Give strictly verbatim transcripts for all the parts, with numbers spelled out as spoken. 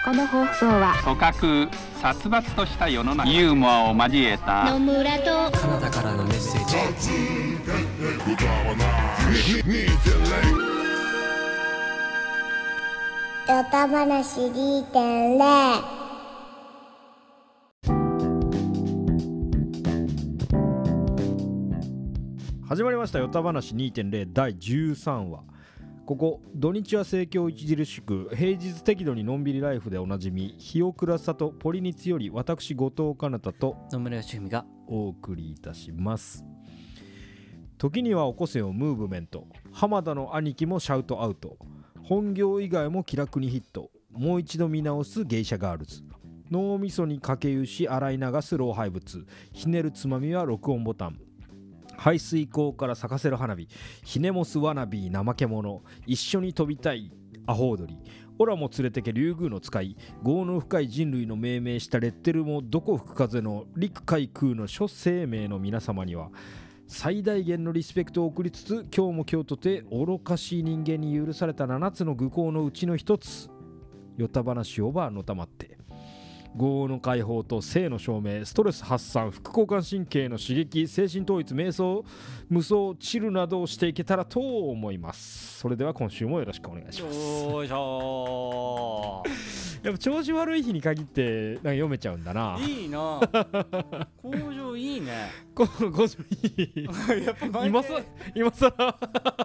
この放送は組閣殺伐とした世の中、ユーモアを交えた野村とカナダからのメッセージ。 ヨタ話 にてんゼロ。 始まりましたヨタ話 にてんゼロ だいじゅうさんわ。ここ土日は盛況著しく、平日適度にのんびりライフでおなじみ、日を暮らす里ポリニツより私後藤かなたと野村義文がお送りいたします。時には起こせよムーブメント、浜田の兄貴もシャウトアウト、本業以外も気楽にヒット、もう一度見直す芸者ガールズ、脳みそにかけ湯し洗い流す老廃物、ひねるつまみは録音ボタン、排水溝から咲かせる花火、ひねもすわなび怠け者、一緒に飛びたいアホウドリ、オラも連れてけ竜宮の使い、業の深い人類の命名したレッテルもどこ吹く風の陸海空の諸生命の皆様には最大限のリスペクトを送りつつ、今日も今日とて愚かしい人間に許されたななつの愚行のうちの一つ、ヨタ話をばのたまって、業の解放と性の証明、ストレス発散、副交感神経の刺激、精神統一、瞑想、無双、チルなどをしていけたらと思います。それでは今週もよろしくお願いします。 よいしょやっぱ調子悪い日に限ってなんか読めちゃうんだな。 いいな工場いいねこの工場いいやっぱ今さ今さら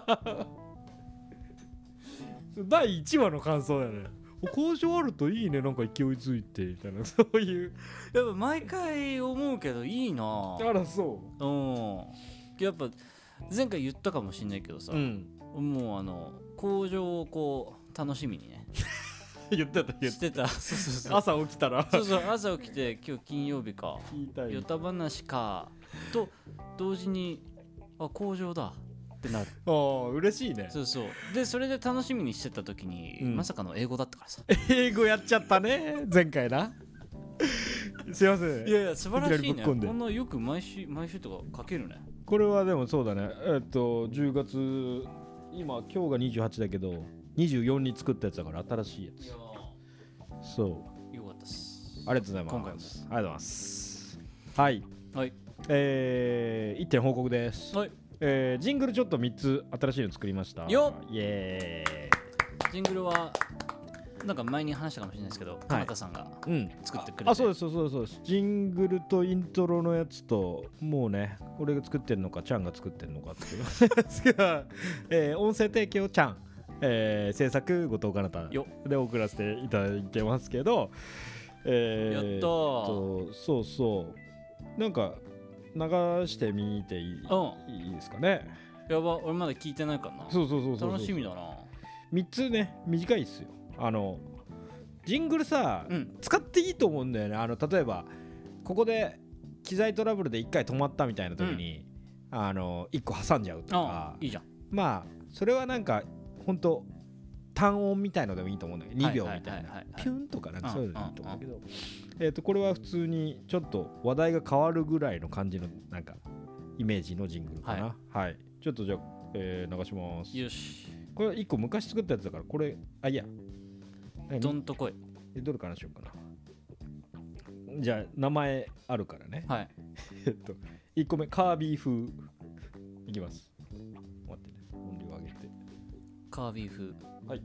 だいいちわの感想だよね。工場あるといいね、なんか勢いづいてみたいな、そういうやっぱ毎回思うけどいいな。 あらそううんやっぱ前回言ったかもしれないけどさ、 うん、 もうあの工場をこう楽しみにね言ってた言っしててたそうそうそう朝起きたらそうそう朝起きて今日金曜日か聞いたいヨタ話かと同時にあ工場だってなる。 ああ嬉しいね。 そうそうでそれで楽しみにしてた時に、うん、まさかの英語だったからさ。 英語やっちゃったね前回なすいません。 いやいや素晴らしいね。こんんなよく毎週毎週とか書けるね。これはでもそうだね。えっとじゅうがつ今今日がにじゅうはちだけどにじゅうよっかに作ったやつだから新しいやつ。いやそうよかったっす。 ありがとうございます。 今回もありがとうございますはいはいえー、いってん報告です。 はいえー、ジングルちょっとみっつ新しいの作りました。 よっイエーイ。ジングルはなんか前に話したかもしれないですけど、かなたさんが作ってくれて、 うん、あ, あそうですそうですそうですジングルとイントロのやつと、もうね俺が作ってんのかちゃんが作ってんのかっていうえー、音声提供ちゃん、えー、制作後藤かなたで送らせていただいてますけど、えー、 やったー。 そうそうなんか流してみていい、うん、いいですかね。 やば俺まだ聞いてないからな。 そうそうそうそう楽しみだな。 みっつね短いっすよ。あのジングルさ、うん、使っていいと思うんだよね。あの例えばここで機材トラブルでいっかい止まったみたいな時に、うん、あのいっこ挟んじゃうとかいいじゃん。 まあそれはなんかほんと単音みたいのでもいいと思うんだけど、にびょうみたいなピュンとかなんかそういうのいいと思うんだけど、えーとこれは普通にちょっと話題が変わるぐらいの感じのなんかイメージのジングルかな。はい、はい、ちょっとじゃあ、えー、流します。 よし。 これいっこ昔作ったやつだからこれあいやどんとこい。 どれからしようかな。じゃあ名前あるからね。 はいえっといっこめカービィ風いきます。待ってね音量上げて。 カービィ風はい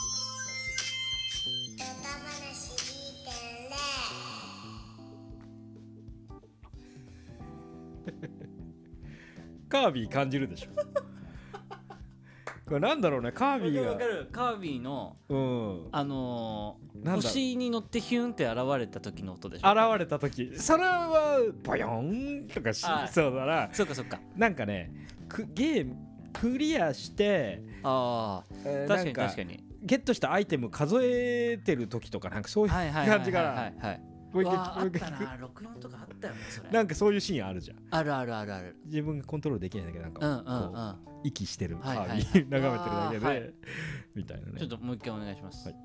カービィ感じるでしょこれなんだろうね。カービィがわかる。カービィの、 うん、 あのー、星に乗ってヒュンって現れた時の音でしょ。 現れた時それはボヨンとかしそうだな。 そうかそうか。 なんかねゲームクリアしてあ、えー、確かに確かにゲットしたアイテム数えてる時とかなんかそういう感じから。 もう一回あったな。ろくよんとかあったよねそれ。 なんかそういうシーンあるじゃん。 あるあるあるある。 自分がコントロールできないんだけどなんか、 うんうんうん、 息してるカービィ眺めてるだけで、はい、みたいなね。 ちょっともう一回お願いします。はい、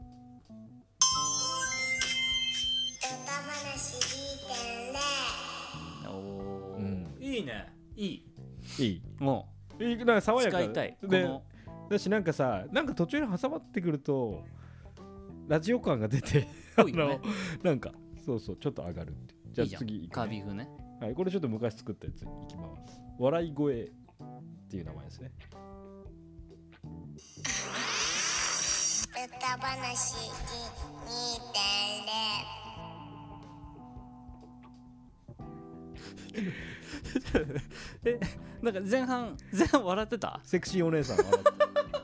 おー、うん、いいね。いいいいもういいなんか爽やか使いたいでだしなんかさなんか途中に挟まってくるとラジオ感が出てぽいよねなんかそうそうちょっと上がるって。じゃあ次いいじゃんカービィ風ね。 はい、これちょっと昔作ったやついきます。笑い声っていう名前ですね。 歌話 にてんれいえなんか前半前半笑ってた？ セクシーお姉さん笑って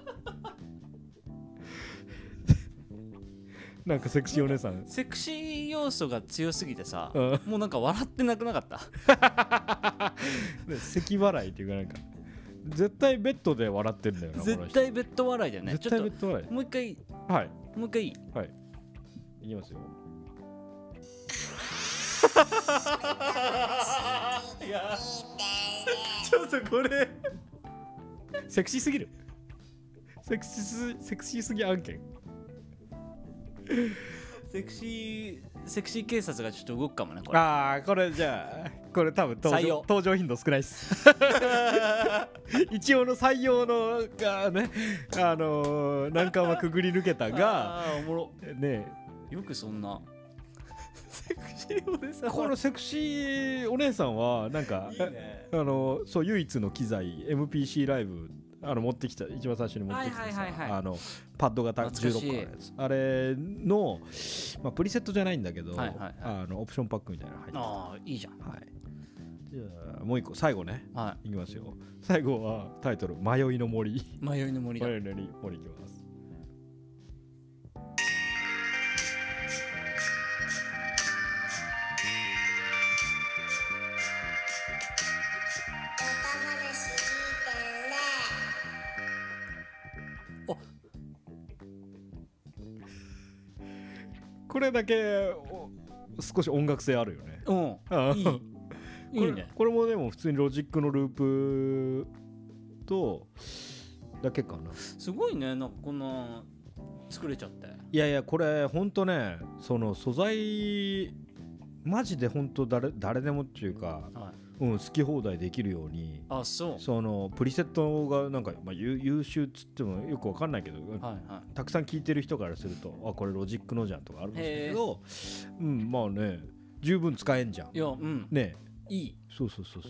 なんかセクシーお姉さんセクシー要素が強すぎてさ、 うん、 もうなんか笑ってなくなかった咳笑いっていうかなんか絶対ベッドで笑ってんだよな。 絶対ベッド笑いだよね。 絶対ベッド笑い。 もう一回はいもう一回いいはいいきますよいやちょっとこれセクシーすぎるセクシーすセクシーすぎ案件セクシーセクシー警察がちょっと動くかもねこれ。 ああこれじゃあこれ多分登場登場頻度少ないっす一応の採用のがねあのー、難関はくぐり抜けたがあーおもろねよくそんなセクシーお姉さんこのセクシーお姉さんはなんかいいねあのそう唯一の機材 エムピーシー ライブあの持ってきた一番最初に持ってきたはいはいはいはいさあのパッド型じゅうろっこのやつあれの、まあ、プリセットじゃないんだけど、 はいはいはい、 あのオプションパックみたいなの入ってああいいじゃん。 はい、じゃあもう一個最後ね、 はい、 いきますよ。最後はタイトル迷いの森迷いの森だ。 迷いの森いきます。これだけ少し音楽性あるよね。 うん。いい。いいね。 これもでも普通にロジックのループとだけかな。 すごいね。なんかこんな作れちゃって。 いやいやこれほんとねその素材マジでほんと誰誰でもっていうか、はい、うん、好き放題できるように。 あ、そう。 そのプリセットがなんか、まあ、優秀っつってもよくわかんないけど、はいはい、たくさん聴いてる人からするとあこれロジックのじゃんとかあるんですけど、うんまあね十分使えんじゃん。 いやうんねいい。 そうそうそうそう。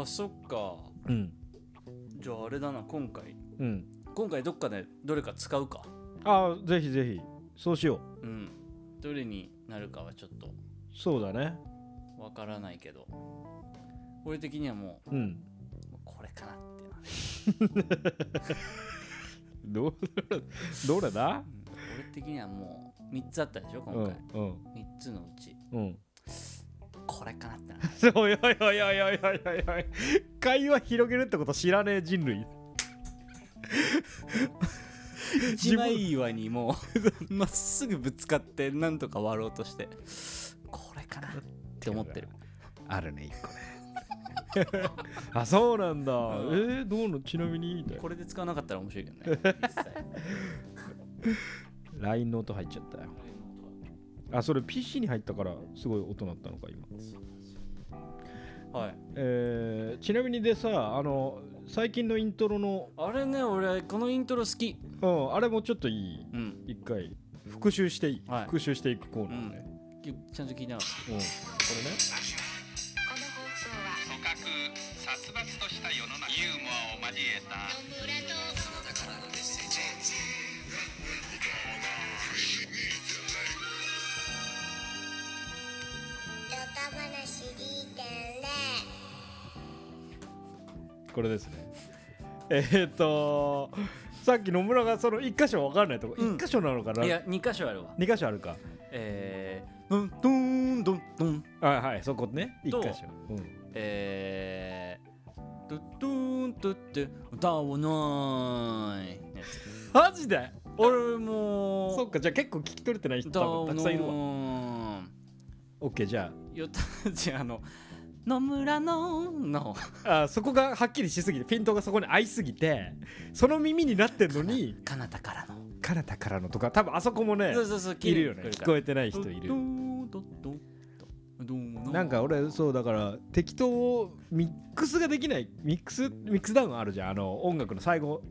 あ、そっか。うん。じゃああれだな今回。うん。今回どっかでどれか使うか。 ああぜひぜひそうしよう。うん。どれになるかはちょっと。 そうだね。 わからないけど。俺的にはもう、うん、これかなっていうのはねど, どれだ、 うん、俺的にはもうみっつあったでしょ今回、うんうん、みっつのうち、うん、これかなってなおいおいおいおいおいおいおい会話広げるってこと知らねえ人類一枚岩にもうまっすぐぶつかってなんとか割ろうとしてこれかなって思ってる。 あるね一個ねあそうなんだ、うん、えー、どうのちなみにこれで使わなかったら面白いけどねライン の音入っちゃったよ。あそれ ピーシー に入ったからすごい音鳴ったのか今。はい、えー、ちなみにでさあの最近のイントロのあれね俺このイントロ好き。 うんあれもちょっといい、うん、一回復習していい、はい、復習していくコーナーね、 うん、ちゃんと聞いてなかった、うん、これね殺伐とした世の中ユーモアを交えた歌話 にてんれいこれですね。えー、っとさっき野村がそのいっ箇所分かんないとこ、うん、いっ箇所なのかな。 いやに箇所あるわ。 に箇所あるか。 えードンドンドンドンはいはいそこねいっ箇所、うん、 えードゥドゥンドゥドゥ歌わないマジで俺もそっかじゃあ結構聞き取れてない人多分たくさんいるわ。オッケーじゃあよたじゃああの野村ののあそこがはっきりしすぎてピントがそこに合いすぎてその耳になってんのにかなたからのかなたからのとか多分あそこもねそうそうそういるよね聞こえてない人いる。なんか俺そうだから適当ミックスができないミックスミックスダウンあるじゃんあの音楽の最後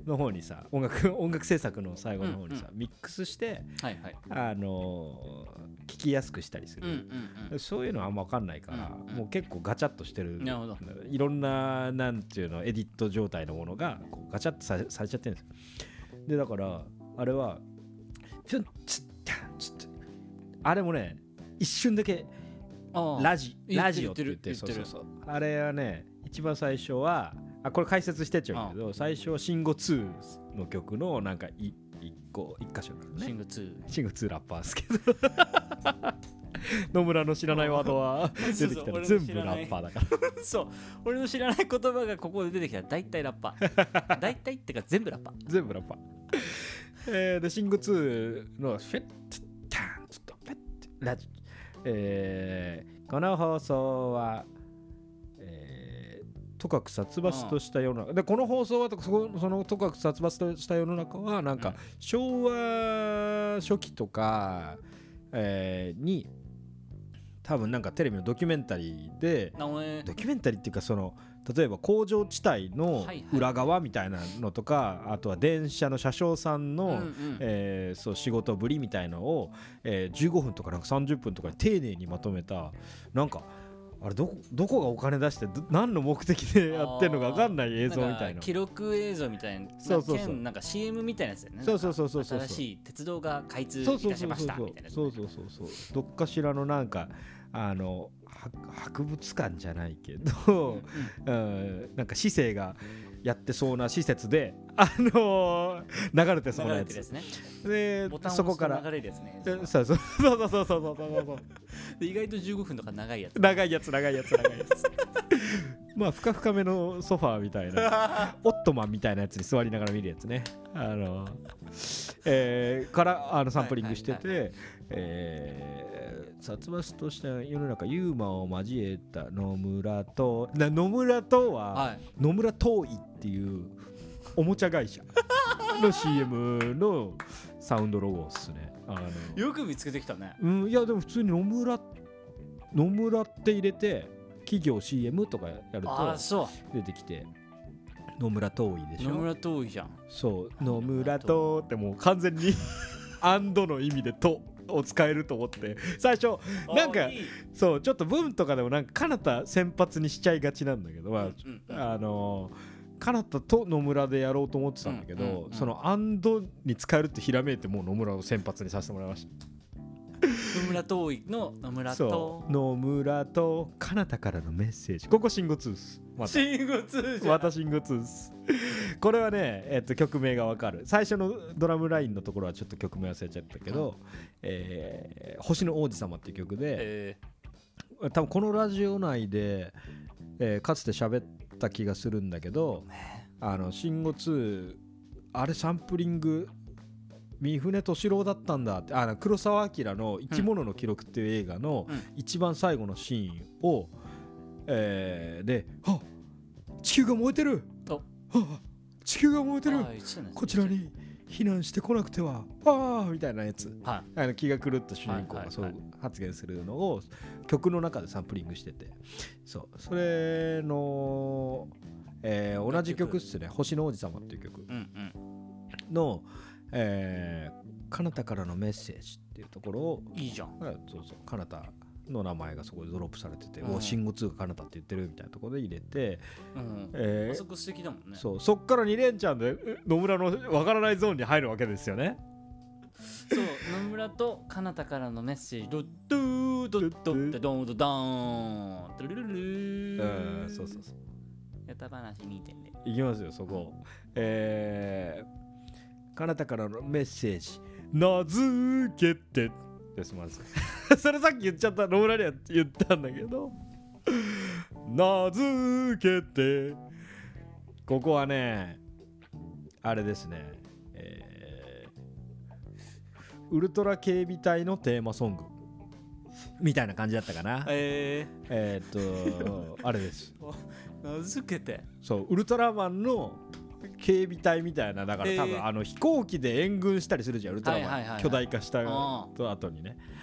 の方にさ音楽音楽制作の最後の方にさ、 うんミックスしてはいはいあのー、聞きやすくしたりする、 うんうんそういうのはあんま分かんないから、 うんうんもう結構ガチャッとしてるなるほどいろんななんていうのエディット状態のものがこうガチャッとさされちゃってるんですよ。でだからあれはちょっちょっちょっとあれもね一瞬だけああラジ言ってるラジオって言って言ってるそうそうそうあれはね一番最初はあこれ解説してっちゃうけど最初はシンゴツーの曲のなんかい一個一箇所なのねシングツーシンゴツーラッパーですけど野村の知らないワードは出てきたら全部ラッパーだからそう俺の知らない言葉がここで出てきたら大体ラッパー大体ってか全部ラッパー全部ラッパーえー、でシンゴツーのフェッタンツッとフェッラジえー、この放送はえー、とかく殺伐とした世の中でこの放送はそこそのとかく殺伐とした世の中はなんか、うん、昭和初期とか、えー、に多分なんかテレビのドキュメンタリーでドキュメンタリーっていうかその例えば工場地帯の裏側みたいなのとか、はいはい、あとは電車の車掌さんの、うんうんえー、そう仕事ぶりみたいのを、えー、じゅうごふんとかなんかさんじゅっぷんとかに丁寧にまとめたなんかあれ ど, どこがお金出して何の目的でやってるのか分かんない映像みたいな記録映像みたいなそうそうそうなんか シーエム みたいなやつだよねそうそうそうそうそう新しい鉄道が開通いたしましたみたいなそうそうそうそうどっかしらのなんかあの博物館じゃないけど、うんうん、なんか市政がやってそうな施設で、あのー、流れてそうなやつですね。 でそこから流れるやつね。 そうそうそうそうそうそうそうそうで意外とじゅうごふんとか長いやつ長いやつ長いやつ長いやつまあふかふかめのソファーみたいなオットマンみたいなやつに座りながら見るやつね、あのーえー、からあのサンプリングしてて、はいはいはい、えー、殺伐とした世の中ユーモアを交えた野村とな野村とは、はい、野村トーイっていうおもちゃ会社の シーエム のサウンドロゴっすね。あのよく見つけてきたね。 うん、いやでも普通に野村野村って入れて企業 シーエム とかやると出てきて野村遠いでしょ。 野村遠いじゃん。 そう野村とってもう完全にアンドの意味でとを使えると思って最初なんかそうちょっと文とかでもなんかかなた先発にしちゃいがちなんだけど、まあうんうん、あのかなたと野村でやろうと思ってたんだけど、うんうんうん、そのアンドに使えるってひらめいてもう野村を先発にさせてもらいました。 野村遠いの野村と野村とかなたからのメッセージ、ここシンゴツース、ま、 シンゴツーじゃん、 またシンゴツースこれはね、えっと、曲名がわかる。最初のドラムラインのところはちょっと曲名忘れちゃったけど、うんえー、星の王子様っていう曲で、えー、多分このラジオ内で、えー、かつて喋った気がするんだけど、あのシンゴツーあれサンプリング三船敏郎だったんだって、あの黒澤明の生き物の記録っていう映画の一番最後のシーンを、えー、で、はっ地球が燃えてる、はっ地球が燃えてる、こちらに避難してこなくてはああみたいなやつ、はい、あの気が狂った主人公がそう発言するのを曲の中でサンプリングしてて、そうそれの、えー、同じ曲っすね、星の王子様っていう曲の、えー、かなたからのメッセージっていうところをいいじゃん、 そうそうかなたの名前がそこでドロップされてて、うん、おシンゴツーがかなたって言ってるみたいなところで入れて、 うんえー、あそこ素敵だもんね。 そうそっからに連チャンで野村のわからないゾーンに入るわけですよね。 そう野村とかなたからのメッセージドッドゥドッドッドドンドドーンドゥルルルー、 うん、そうそうそうやた話 にてんゼロいきますよそこ、えーかなたからのメッセージ名付けてですまずそれさっき言っちゃった野村には言ったんだけど名付けてここはねあれですね、えー、ウルトラ警備隊のテーマソングみたいな感じだったかな。えー、えー、っとあれです名付けてそうウルトラマンの警備隊みたいな、だから多分あの飛行機で援軍したりするじゃんウルトラマン、はいはいはいはい、巨大化したと後にね、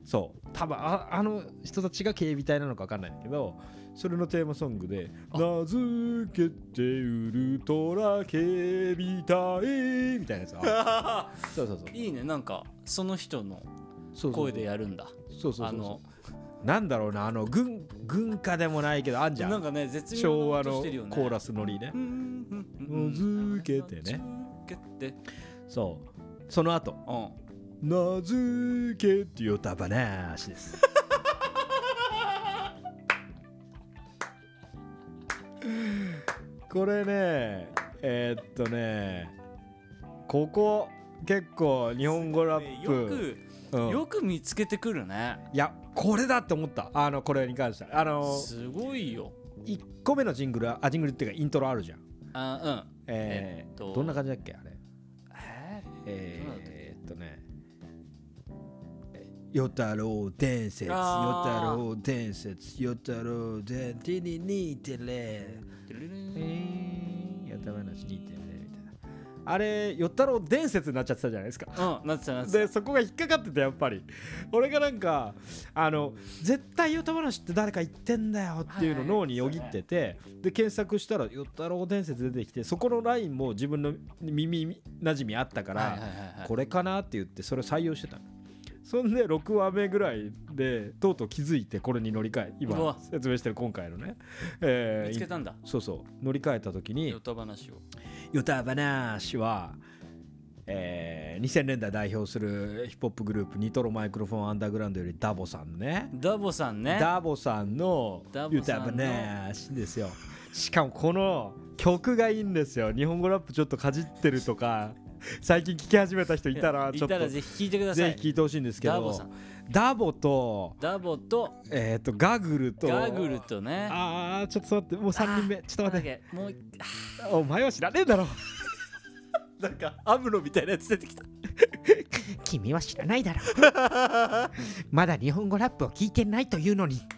そう多分 あ, あの人たちが警備隊なのか分かんないんだけど、それのテーマソングで名付けてウルトラ警備隊みたいなやつあそうそうそういいね、なんかその人のそうそう声でやるんだ。 そうそうそうそうあのなんだろうな、あの軍軍歌でもないけどあんじゃん、 なんかね絶妙昭和のな音してるよね。 コーラスノリね、名付けてね、 名付けてそうその後うん名付けてよた話ですこれねえー、っとねここ結構日本語ラップよく、 うん、 よく見つけてくるね。 いやこれだって思った、あのこれに関してはあのすごいよ。 いっこめのジングルあジングルっていうかイントロあるじゃん、 あうんえーえっとどんな感じだっけあれええー、っとね与太郎伝説与あー太郎伝説与太郎伝説に似てるえー、やた話似てるみたいな、あれ与太郎伝説になっちゃってたじゃないですか。 うんなってたなってた。 でそこが引っかかっててやっぱり俺がなんかあの絶対与太話って誰か言ってんだよっていうの脳によぎってて、で検索したら与太郎伝説出てきて、そこのラインも自分の耳なじみあったから、 はいはいはいはいこれかなって言ってそれを採用してたの。そんでろくわめぐらいでとうとう気づいてこれに乗り換えうわ今説明してる今回のね、えー見つけたんだ。 そうそう乗り換えた時にヨタ話を。 ヨタ話は、えー、にせんねんだい代表するヒップホップグループニトロマイクロフォンアンダーグラウンドよりダボさんねダボさんね。 ダボさんのダボヨタさんの話ですよ。しかもこの曲がいいんですよ。日本語ラップちょっとかじってるとか最近聞き始めた人いたらちょっといたらぜひ聞いてください。 ぜひ聞いてほしいんですけどダボさん。 ダボとダボとえっ、ー、とガグルとガグルとね。 あーちょっと待ってもうさんにんめちょっと待ってて。もうお前は知らねえだろなんかアムロみたいなやつ出てきた。 君は知らないだろまだ日本語ラップを聞いてないというのに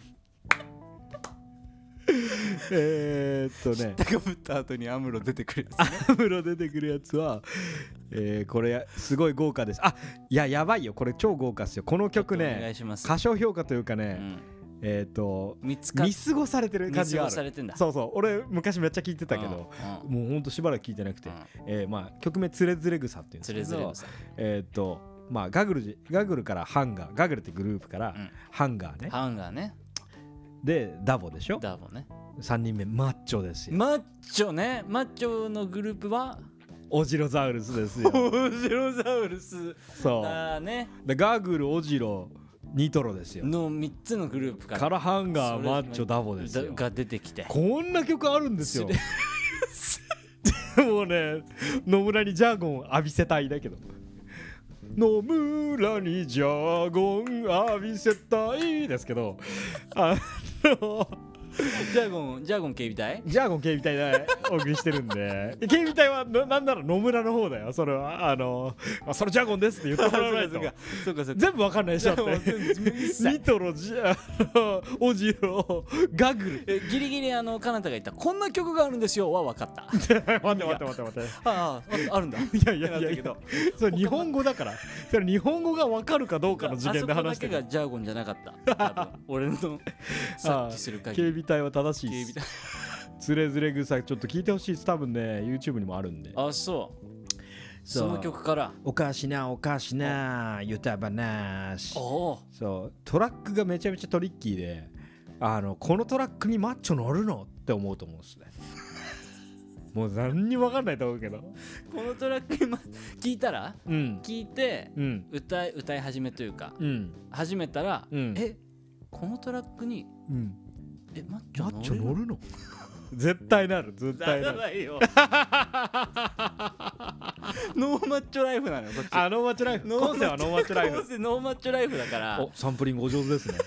えーっとね高ぶった後にアムロ出てくるやつね。 アムロ出てくるやつは、えー、これすごい豪華です。あいややばいよこれ超豪華ですよこの曲お願ねいします。 歌唱評価というかね、 うんえーっと見つか見過ごされてる感じがある見過ごされてんだ。 そうそう俺昔めっちゃ聞いてたけど、 うんもうほんとしばらく聞いてなくて、 うんえーまあ、曲名つれづれ草っていうんですつけどれづれ草。 えーっとまあガグルじガグルからハンガーガグルってグループからうんハンガーね、 ハンガーね。 でダボでしょダボね。 さんにんめマッチョですよ、 マッチョね。マッチョのグループはオジロザウルスですよオジロザウルスそうだね。 でガグルオジロニトロですよのみっつのグループからからハンガーそれマッチョダボですよが出てきて。 こんな曲あるんですよもうね野村にジャーゴン浴びせたいだけど野村にジャーゴン浴びせたいですけどあのジャーゴンジャーゴン警備隊。 ジャーゴン警備隊でお送りしてるんで警備隊はななんなら野村の方だよそれはあのあそれジャーゴンですって言ってもらわないとそうかそうかそうか。 全部わかんないでしょってニトロジあのオジロガグルえギリギリあのカナタが言ったこんな曲があるんですよは分かった。 待って待って待って待ってああああるんだ。いいやいやいやいやそれ日本語だからそれ日本語がわかるかどうかの次元で話してるあそこだけがジャーゴンじゃなかった。多分俺の察知する限り。 警備隊は正しい警備です隊。 つれづれ草ちょっと聞いてほしいです多分ね YouTube にもあるんであそう。 そうその曲から。 おかしなおかしなゆた話おお。 そうトラックがめちゃめちゃトリッキーであのこのトラックにマッチョ乗るのって思うと思うんですねもう何にも分かんないと思うけどこのトラック今聞いたらうん聞いてうん歌い歌い始めというかうん始めたら、 うんえこのトラックにうんえマッチョマッチョ乗乗るるの絶対なる絶対なるないよノーマッチョライフなのよこっち。 あノーマッチョライフ今世はノーマッチョライフ今世ノーマッチョライフだから。 おサンプリングお上手ですね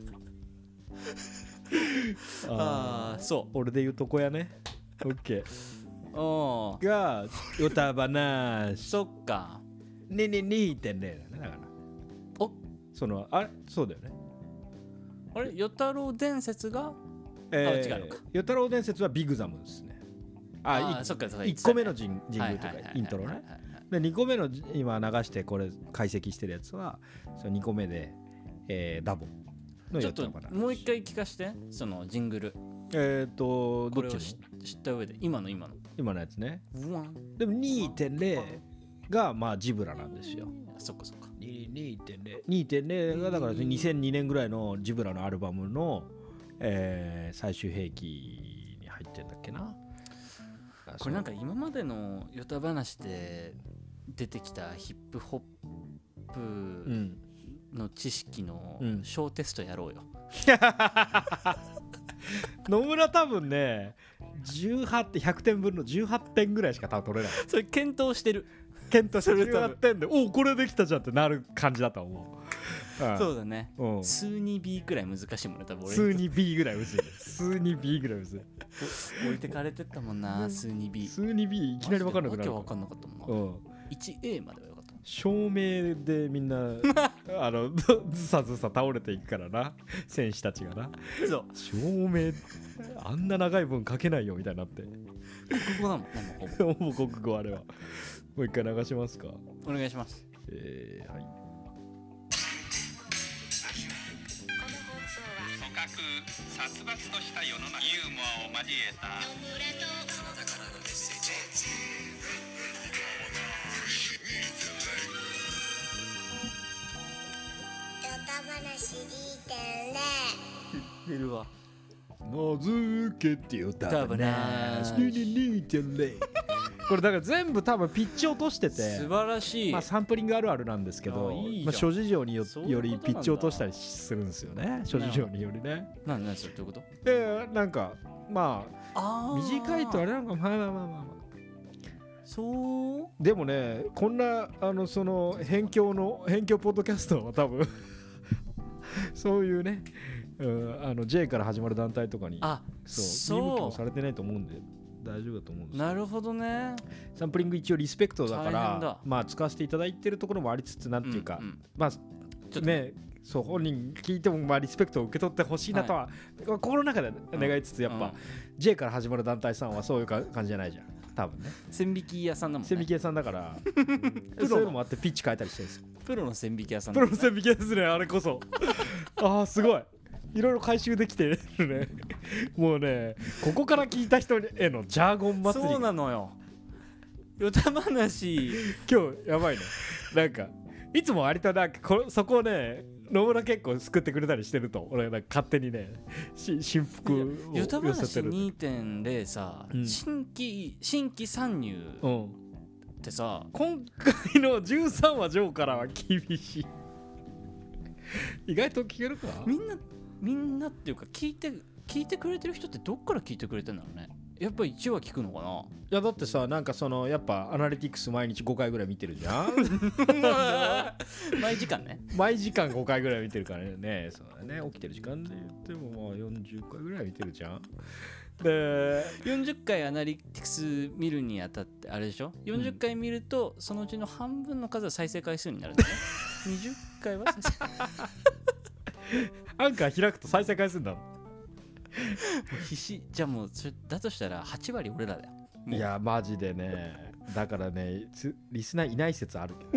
ああそ俺で言うとこやねオッケう。おーがよた話そっか。 にににてんれいだねだからおそのあれそうだよねあれ与太郎伝説がえ違うのか与太郎伝説はビッグザムですねあいあそっかそっかいっこめのジンジングルとかはいはいはいはいイントロねはいはいはいでにこめの今流してこれ解析してるやつはそのにこめでえーダボのちょっとヨタ話。 もう一回聞かしてそのジングルえっ、ー、とどっちのこれを知知った上で今の今の今のやつね。 ブワンでも にてんゼロ がまあジブラなんですよ。 あそっかそっかにてんゼロ にてんゼロ がだからにせんにねんぐらいのジブラのアルバムの、えー最終兵器に入ってんだっけな。 これなんか今までのヨタ話で出てきたヒップホップうんの知識のうん小テストやろうよ、 野村多分ねじゅうはちてんひゃくてんぶんのじゅうはってんぐらいしか多分取れない。 それ検討してる検討してそれ多分じゅうはってんでおおこれできたじゃんってなる感じだと思う。うんそうだねうん数 にビー くらい難しいもんね多分俺数 にビー ぐらい薄い数 にビー ぐらい薄い置いてかれてったもんな数 にビー数 にビー いきなり分かんなくなるわけわかんなかったもんな、 うんいちエー まではよかった照明でみんなあのずさずさ倒れていくからな戦士たちがなそう照明あんな長い分書けないよみたいになって国語だもんねもうほぼもう国語あれはもう一回流しますか。 お願いしますえー、はい組閣殺伐とした世の中ユーモアを交えたヨタ話 にてんゼロ出るわ名付けてよた多分ねにてんゼロこれだから全部多分ピッチ落としてて素晴らしい、 まあサンプリングあるあるなんですけどあいいじゃんまあ諸事情によそういうことなんだよりピッチ落としたりするんですよね諸事情によりね。 なんなんそれどういうことでなんかまああ短いとあれなんかまあまあまあまあまあそうでもねこんなあのその辺境の辺境ポッドキャストは多分そういうね、うん、あの J から始まる団体とかにあそう見向きもそされてないと思うんで大丈夫だと思うんですよ。 うなるほどねサンプリング一応リスペクトだか大変らだまあ使わせていただいてるところもありつつなんていうか、 んんまあちょっとねそう本人聞いてもまあリスペクトを受け取ってほしいなとは、心の中で願いつつやっぱ、 うん J から始まる団体さんはそういうか感じじゃないじゃん多分ね。 線引き屋さんだもんね線引き屋さんだからロそういうのもあってピッチ変えたりしてるんですよ。 プロの線引き屋さんプだもんねロの線引き屋ですねあれこそああすごいいろいろ回収できてるねもうねここから聞いた人へのジャーゴン祭りそうなのよヨタ話今日やばいねなんかいつも割となんかこそこをね野村結構救ってくれたりしてると俺なんか勝手にねし振幅をヨタ寄せてる。 話 にてんゼロ さ、 うん新規新規参入うんってさ今回のじゅうさんわ上からは厳しい意外と聞けるかみんなみんなっていうか聞いて聞いてくれてる人ってどっから聞いてくれてんだろうねやっぱりいちわ聞くのかないやだってさなんかそのやっぱアナリティクス毎日ごかいぐらい見てるじゃん毎時間ね毎時間ごかいぐらい見てるからねそうだね起きてる時間で言ってもまあよんじゅっかいぐらい見てるじゃんでよんじゅっかいアナリティクス見るにあたってあれでしょよんじゅっかい見るとそのうちの半分の数は再生回数になるんだねにじゅっかいは再生アンカー開くと再生回数になる必死じゃあもうそれだとしたらはちわり俺らだよいやマジでねだからねつリスナーいない説あるけ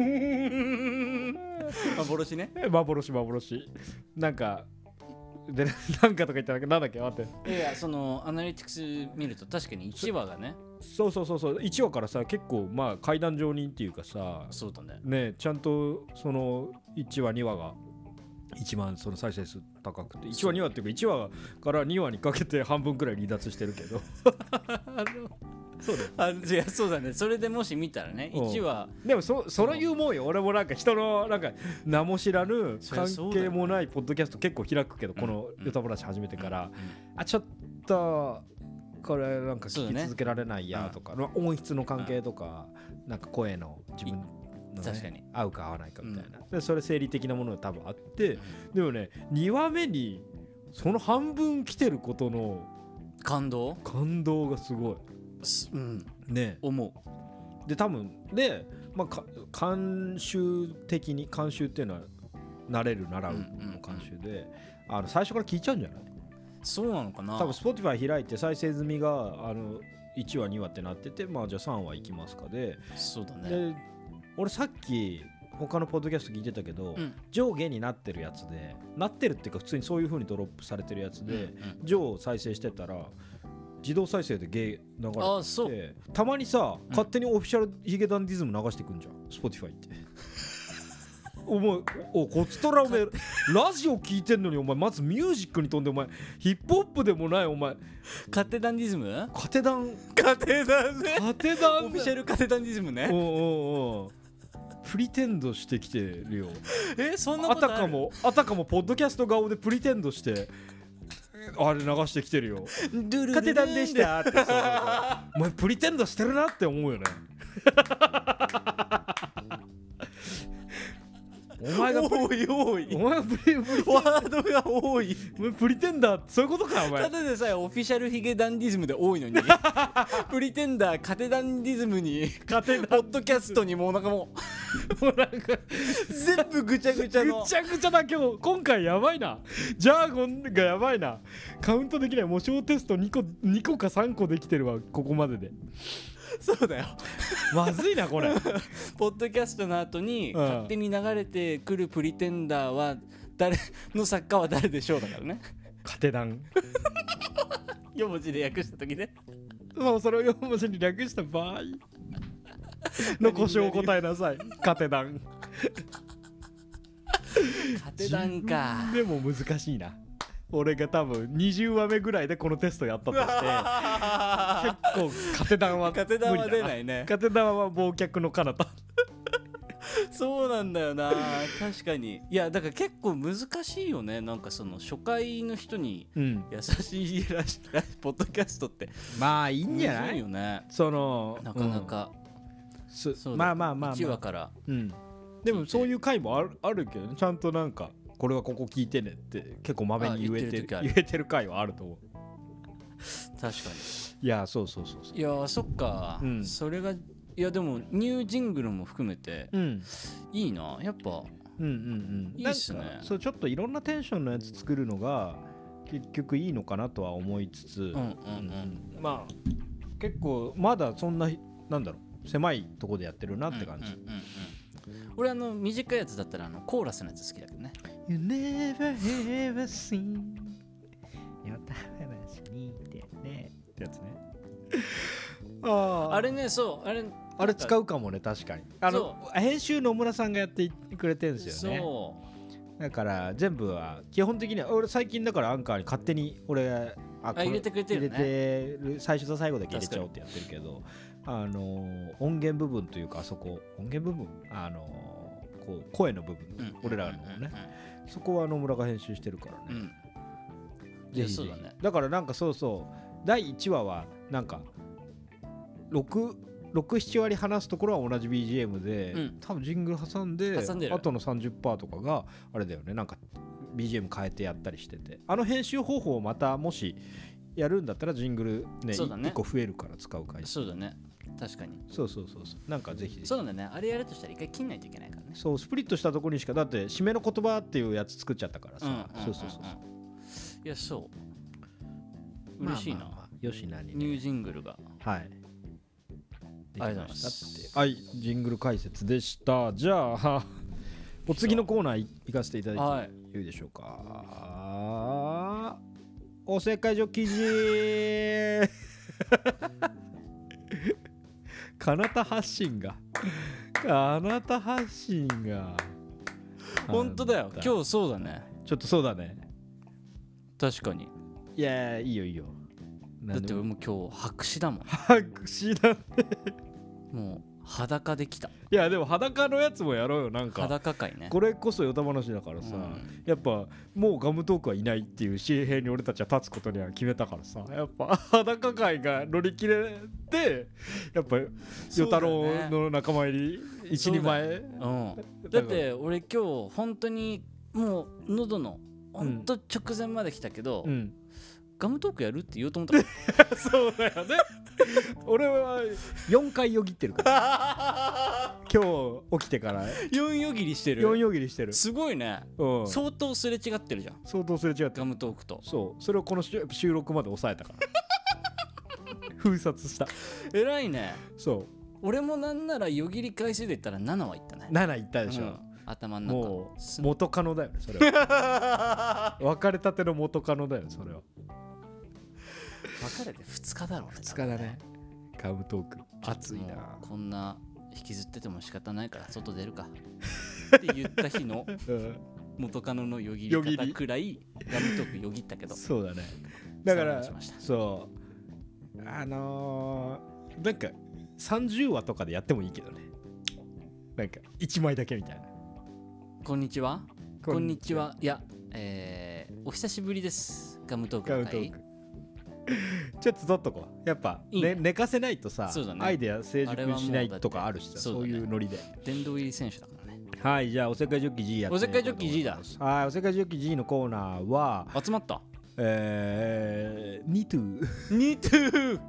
幻ねど幻幻なんかでなんかとか言ったらなんだっけ待っていやそのアナリティクス見ると確かにいちわがねそうそうそうそういちわからさ結構まあ階段上人っていうかさそうだねねちゃんとそのいちわにわが一番その再生数高くていちわにわっていうかいちわからにわにかけて半分くらい離脱してるけどあのそうだよあいやそうだねそれでもし見たらねうんいちわでもそそれ言うもんよ俺もなんか人のなんか名も知らぬそりゃ関そうだよ係もないポッドキャスト結構開くけど、 うんこのヨタ話始めてから、 うんあちょっとこれなんか聞きそうだね続けられないやとか、まあ音質の関係とか、なんか声の自分の、ね、 確かに合うか合わないかみたいな、でそれ生理的なものが多分あって、でもねにわめにその半分来てることの感動感動がすごいすうんね思で多分で、まあ、か監修的に監修っていうのは慣れる習うの監修で、あの最初から聞いちゃうんじゃない？ うそうなのかな多分 Spotify 開いて再生済みがあのいちわにわってなってて、まあじゃあさんわいきますかで、 そうだねで俺さっき他のポッドキャスト聞いてたけど、 うん、 上下になってるやつでなってるっていうか普通にそういう風にドロップされてるやつで、 うんうん、 上を再生してたら自動再生でゲー流れてあそうてたまにさ、 うん、 勝手にオフィシャルヒゲダンディズム流してくんじゃん Spotify ってお前おこっちとらお前ラジオ聞いてんのにお前まずミュージックに飛んでお前ヒップホップでもないお前カテダンディズムカテダンカテダンねカテダンオフィシャルカテダンディズムねおうおうおうプリテンドしてきてるよえそんなあことあるたかもあたかもポッドキャスト顔でプリテンドしてあれ流してきてるよカテダンでしたってそうそうそうお前プリテンドしてるなって思うよねお前がプリ多い多いお前がプリプリワードが多いお前プリテンダーってそういうことかお前ただでさえオフィシャルヒゲダンディズムで多いのにプリテンダーカテダンディズムにカテダンポッドキャストにもうなんかもうもうなんか全部ぐちゃぐちゃのぐちゃぐちゃだ今日今回やばいなジャーゴンがやばいなカウントできない模試テストにこにこかさんこできてるわここまででそうだよまずいなこれポッドキャストの後にうん勝手に流れてくるプリテンダーは誰の作家は誰でしょうだからねカテダンよ文字で訳した時ねもうそれをよん文字に略した場合の故障を答えなさいカテダンカテダンかでも難しいな俺が多分にじゅうわめぐらいでこのテストやったとして結構カテダンはカテダンは無理だ出ないねカテダンは忘却の彼方そうなんだよな確かにいやだから結構難しいよねなんかその初回の人にうん優しいらしらポッドキャストってまあいいんじゃなむずいいよねそのなかなか、 うんすそうだまあまあまあ、まあ、 いちわからうんでもそういう回もあるあるけどねちゃんとなんかこれはここ聞いてねって結構まめに言えてるあ言ってる時ある言えてる回はあると思う確かいやそうそうそうそにいやそっか、 うんそれがいやでもニュージングルも含めてううんいいなやっぱうんうんうんいいっすねなんかそうちょっといろんなテンションのやつ作るのが結局いいのかなとは思いつつ、うんうんうんうんまあ結構まだそんななんだろう狭いとこでやってるなって感じ、 うんうんうんうん俺あの短いやつだったらあのコーラスのやつ好きだけどね You never ever seen よた話にてねってやつねああれねそうあれあれ使うかもね確かにあの編集野村さんがやってくれてるんですよねそうだから全部は基本的には俺最近だからアンカーに勝手に俺あこ入れてくれてるよね入れてる最初と最後だけ入れちゃおうってやってるけどあのー音源部分というかあそこ音源部分あのーこう声の部分、 うん俺らのね、 うんうんそこは野村が編集してるからね、 うんうんぜひいやぜひそうだねだからなんかそうそうだいいちわはなんかろく、ろく、なな割話すところは同じ ビージーエム で、 うん多分ジングル挟んで挟んでるあとの さんじゅっパーセント とかがあれだよねなんか ビージーエム 変えてやったりしててあの編集方法をまたもしやるんだったらジングルねそうだねいっこ増えるから使う回数そうだね確かにそうそうそうそうなんかぜひぜひそうだねあれやるとしたら一回切んないといけないからねそうスプリットしたところにしかだって締めの言葉っていうやつ作っちゃったからさ、 うんうんうんうんそうそうそういやそう嬉しいな、 まあまあまあよしなにねニュージングルがはいできありがとうございまましたすってはいジングル解説でしたじゃあお次のコーナーい行かせていただはいいていいでしょうかおせっかいジョッキージかなた発信がかなた発信が本当だよ日今日そうだねちょっとそうだね確かにいやいいよいいよだって俺も今日白紙だもん白紙だねもう裸できたいやでも裸のやつもやろうよなんか裸界ねこれこそヨタ話だからさ、 うんやっぱもうガムトークはいないっていう紙幣に俺たちは立つことには決めたからさやっぱ裸界が乗り切れてやっぱ与太郎の仲間入り一人前うんだって俺今日本当にもう喉の本当直前まで来たけど、 うんガムトークやるって言おうと思ったからそうだよね俺はよんかいよぎってるから今日起きてからよんよぎりしてるよんよぎりしてる、 すごいね、 うん、 相当すれ違ってるじゃん相当すれ違ってガムトークとそうそれをこの収録まで抑えたから封殺した偉いねそう俺もなんならよぎり回数で言ったらななはいったね。 なないったでしょ、 うん、頭の中もうす元カノだよねそれは別れたての元カノだよそれは。 別れてふつかだろうね。 ふつかだね。ガムトーク熱いな。 もうこんな引きずってても仕方ないから外出るかって言った日のうん元カノのよぎよぎりり方くらいガムトークよぎったけどそうだね。だから騒がしましたそうあのー、なんかさんじゅうわとかでやってもいいけどね。なんかいちまいだけみたいな。 こんにちはこんこんににちはいやえー、お久しぶりですガムトークガの会ムトークちょっと取っとこうやっぱ、 いいね、 ね寝かせないとさ、 そうだねアイデア成熟しないとかあるしさ、 そうだねそういうノリで。 殿堂入り選手だからね。 はい、じゃあおせっかいジョッキ G やっておせっかいジョッキ G だ。 はい、おせっかいジョッキ G のコーナーは集まったえー、ニトゥニトゥ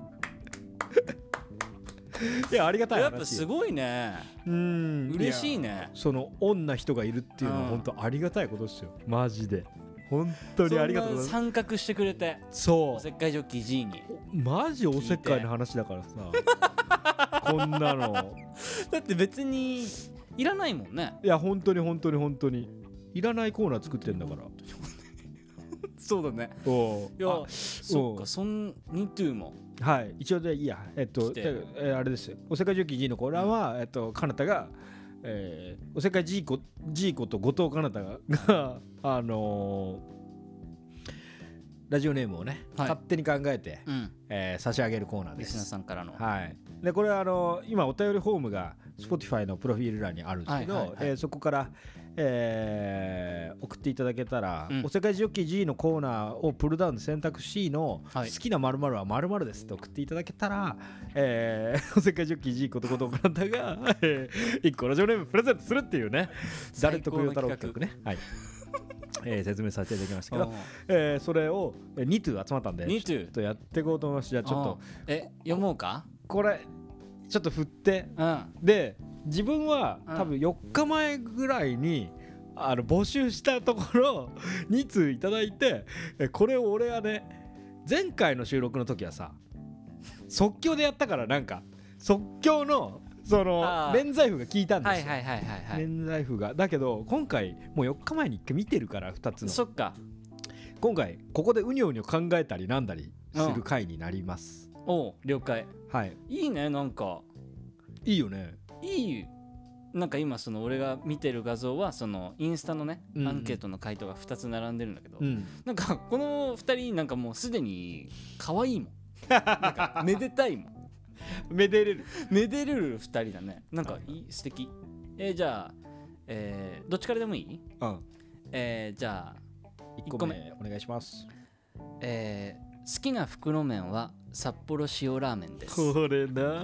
いやありがたい話。 やっぱすごいね。 うん嬉しいやね。 その女人がいるっていうのはうん本当ありがたいことですよマジで。本当にありがとうございます。 参画してくれてそおせっかいジョッキ G にうマジおせっかいの話だからさこんなのだって別にいらないもんね。 いや本当に本当に本当にいらないコーナー作ってんだから。 そうだね。 おいやあそっかそんニトゥもはい一応でいいやえっと来てでえーあれですよおせっかいジョッキ G のコーナーは、えっとかなたが、えーおせっかい G 子 G 子と後藤かなたががあのーラジオネームをね、 はい勝手に考えて、 うんえー差し上げるコーナーでリスナーす。 さんからのはい、でこれはあの今お便りフォームが Spotify のプロフィール欄にあるんですけど、 はいはいはいえーそこから、えー送っていただけたら、 うんお世界ジョッキー G のコーナーをプルダウンで選択 C の好はいきな〇〇は〇〇ですって送っていただけたら、えーお世界ジョッキー G ことことかなたが、えー、いっこラジオネームプレゼントするっていうね誰得よ太郎企画ね、はいえー説明させていただきましたけど、えーそれをに通集まったんでにちょっ通とやっていこうと思います。じゃあちょっとえ読もうか。 これちょっと振ってうんで自分はうん多分よっかまえぐらいにあの募集したところに通いただいてえこれを俺はね前回の収録の時はさ即興でやったからなんか即興のそのあー免罪符が効いたんですよ、 はいはいはいはいはい。 免罪符がだけど今回もうよっかまえにいっかい見てるからふたつのそっか。 今回ここでうにょうにょ考えたりなんだりする回になります、 おう了解。 はいいいねなんかいいよね。 いい。なんか今その俺が見てる画像はそのインスタのねうんうんアンケートの回答がふたつ並んでるんだけど、 うんなんかこのふたりなんかもうすでに可愛いもん。なんかめでたいもん。 めでれる。 めでれるふたりだね。なんかいい素敵。えー、じゃあ、えー、どっちからでもいい？ うんえー、じゃあいっこめお願いします。 えー、好きな袋麺は札幌塩ラーメンです。 これな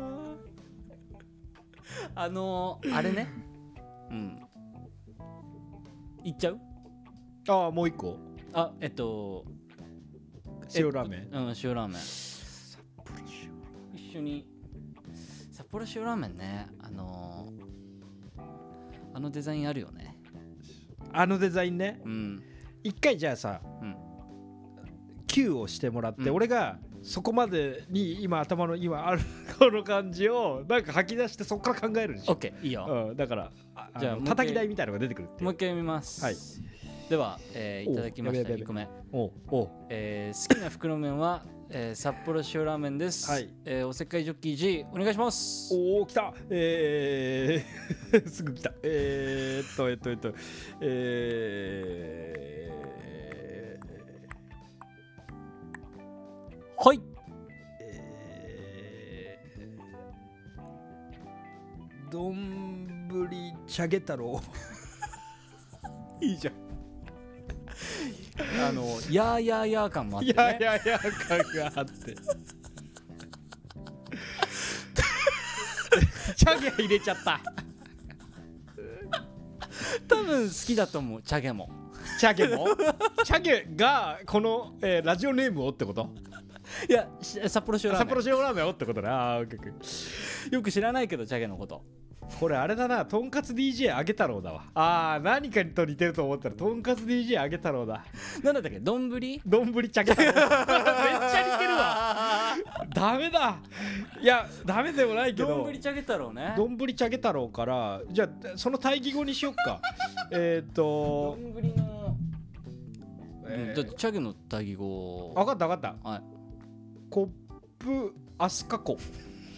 あのー、あれね。うん。いっちゃう？ ああもう一個あ、えっと、 塩ラーメン。 うん、塩ラーメン。一緒に。札幌塩ラーメンね。あのー、あのデザインあるよね。 あのデザインね。 うん。 一回じゃあさ、 うん。 Q をしてもらって、 うん俺がそこまでに今頭の今あるこの感じをなんか吐き出してそこから考えるでしょ。 オッケー、いいよ。 うん、だからあじゃあもう一回あの叩き台みたいなのが出てくるっていう。 もう一回読みます。 はい。 では、えーいただきましたおやべやべいっこめ。 おうおうえー好きな袋麺は、えー札幌塩ラーメンです。 はいえーおせっかいジョッキー G お願いします。 おお来たえー、すぐ来たえー、っとえっとえっとえー、 はい。 えー、どんぶりチャゲ太郎いいじゃん。あの、やーやーやー感もあってね。 いやいやいや感があってチャゲ入れちゃった多分好きだと思う、チャゲも。 チャゲもチャゲがこの、えーラジオネームをってこといや、し札幌塩ラーメン。 札幌塩ラーメンをってことねあーオッケーオッケーよく知らないけど、チャゲのこと。 これあれだなとんかつ ディージェー あげ太郎だわあー何かと似てると思ったらとんかつ ディージェー あげ太郎だなんだったっけ、どんぶりどんぶりチャゲ太郎めっちゃ似てるわダメだ。いやダメでもないけど。 どんぶりチャゲ太郎ね。 どんぶりチャゲ太郎からじゃあその対義語にしよっか。えっとどんぶりの、 えーだってチャゲの対義語。 分かった分かった。 はい。 コップアスカ湖。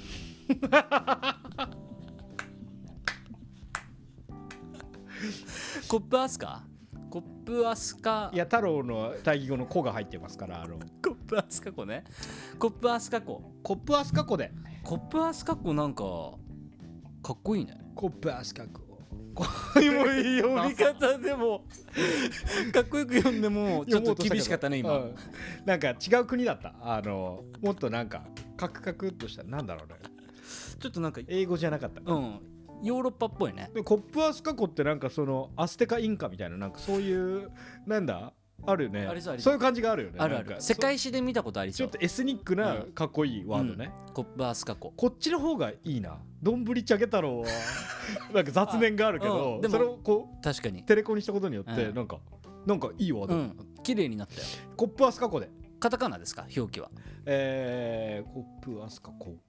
コップアスカコップアスカいや太郎の対義語の子が入ってますからあのコップアスカ湖ね。コップアスカ湖。 コップアスカ湖で。 コップアスカ湖なんかかっこいいね。 コップアスカ湖。 でもいい読み方でもかっこよく読んでもちょっと厳しかったね今、 うん、なんか違う国だった。あのもっとなんかカクカクっとしたなんだろうね。 ちょっとなんか英語じゃなかった。 うんヨーロッパっぽいね。 でコップアスカ湖ってなんかそのアステカインカみたいななんかそういうなんだあるよね。 ありそうありそうそういう感じがあるよね。 あるあるなんか世界史で見たことありそう。 ちょっとエスニックなかっこいいワードね、 うん、コップアスカ湖。 こっちの方がいいな。どんぶりチャゲ太郎はなんか雑念があるけあど、 うんでもそれをこう確かにテレコにしたことによってうんなんか、なんかいいワード、 うん綺麗になったよ。 コップアスカ湖でカタカナですか表記は。 えー、コップアスカ湖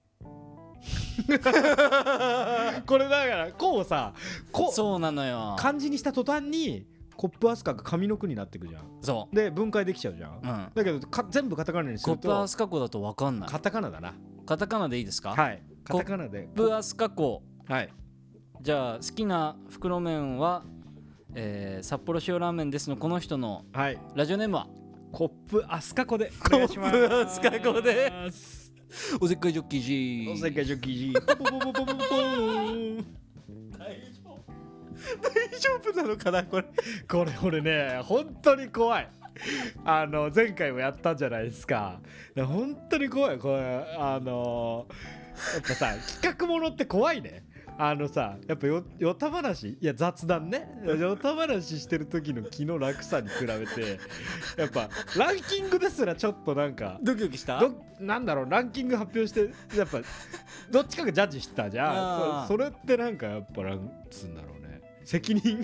これだからこうさこそうなのよ。 漢字にした途端にコップアスカが上の句になってくじゃん。 そで分解できちゃうじゃん、 う、うん、 だけどか全部カタカナにすコッるとプアスカ湖だと分かんない。 カタカナだな。 カタカナでいいですか。 はいカタカナでコップアスカ湖。 はいじゃあ好きな袋麺は、えー、札幌塩ラーメンですのこの人のはいラジオネームはコップアスカ湖でお願いします。 コップアスカ湖でおせっかいジョッキー G。 おせっかいジョッキー G ポポポポポポポーン。 大丈夫なのかなこれ。 これ俺ね本当に怖い。あの前回もやったじゃないですか。本当に怖いこれ。あのやっぱさ企画ものって怖いね。あのさやっぱよよた話いや雑談ねよた話してる時の気の楽さに比べてやっぱランキングですらちょっとなんかドキドキしたどなんだろうランキング発表してやっぱどっちかがジャッジしてたじゃあーん。そそれってなんかやっぱなんつうんだろうね責任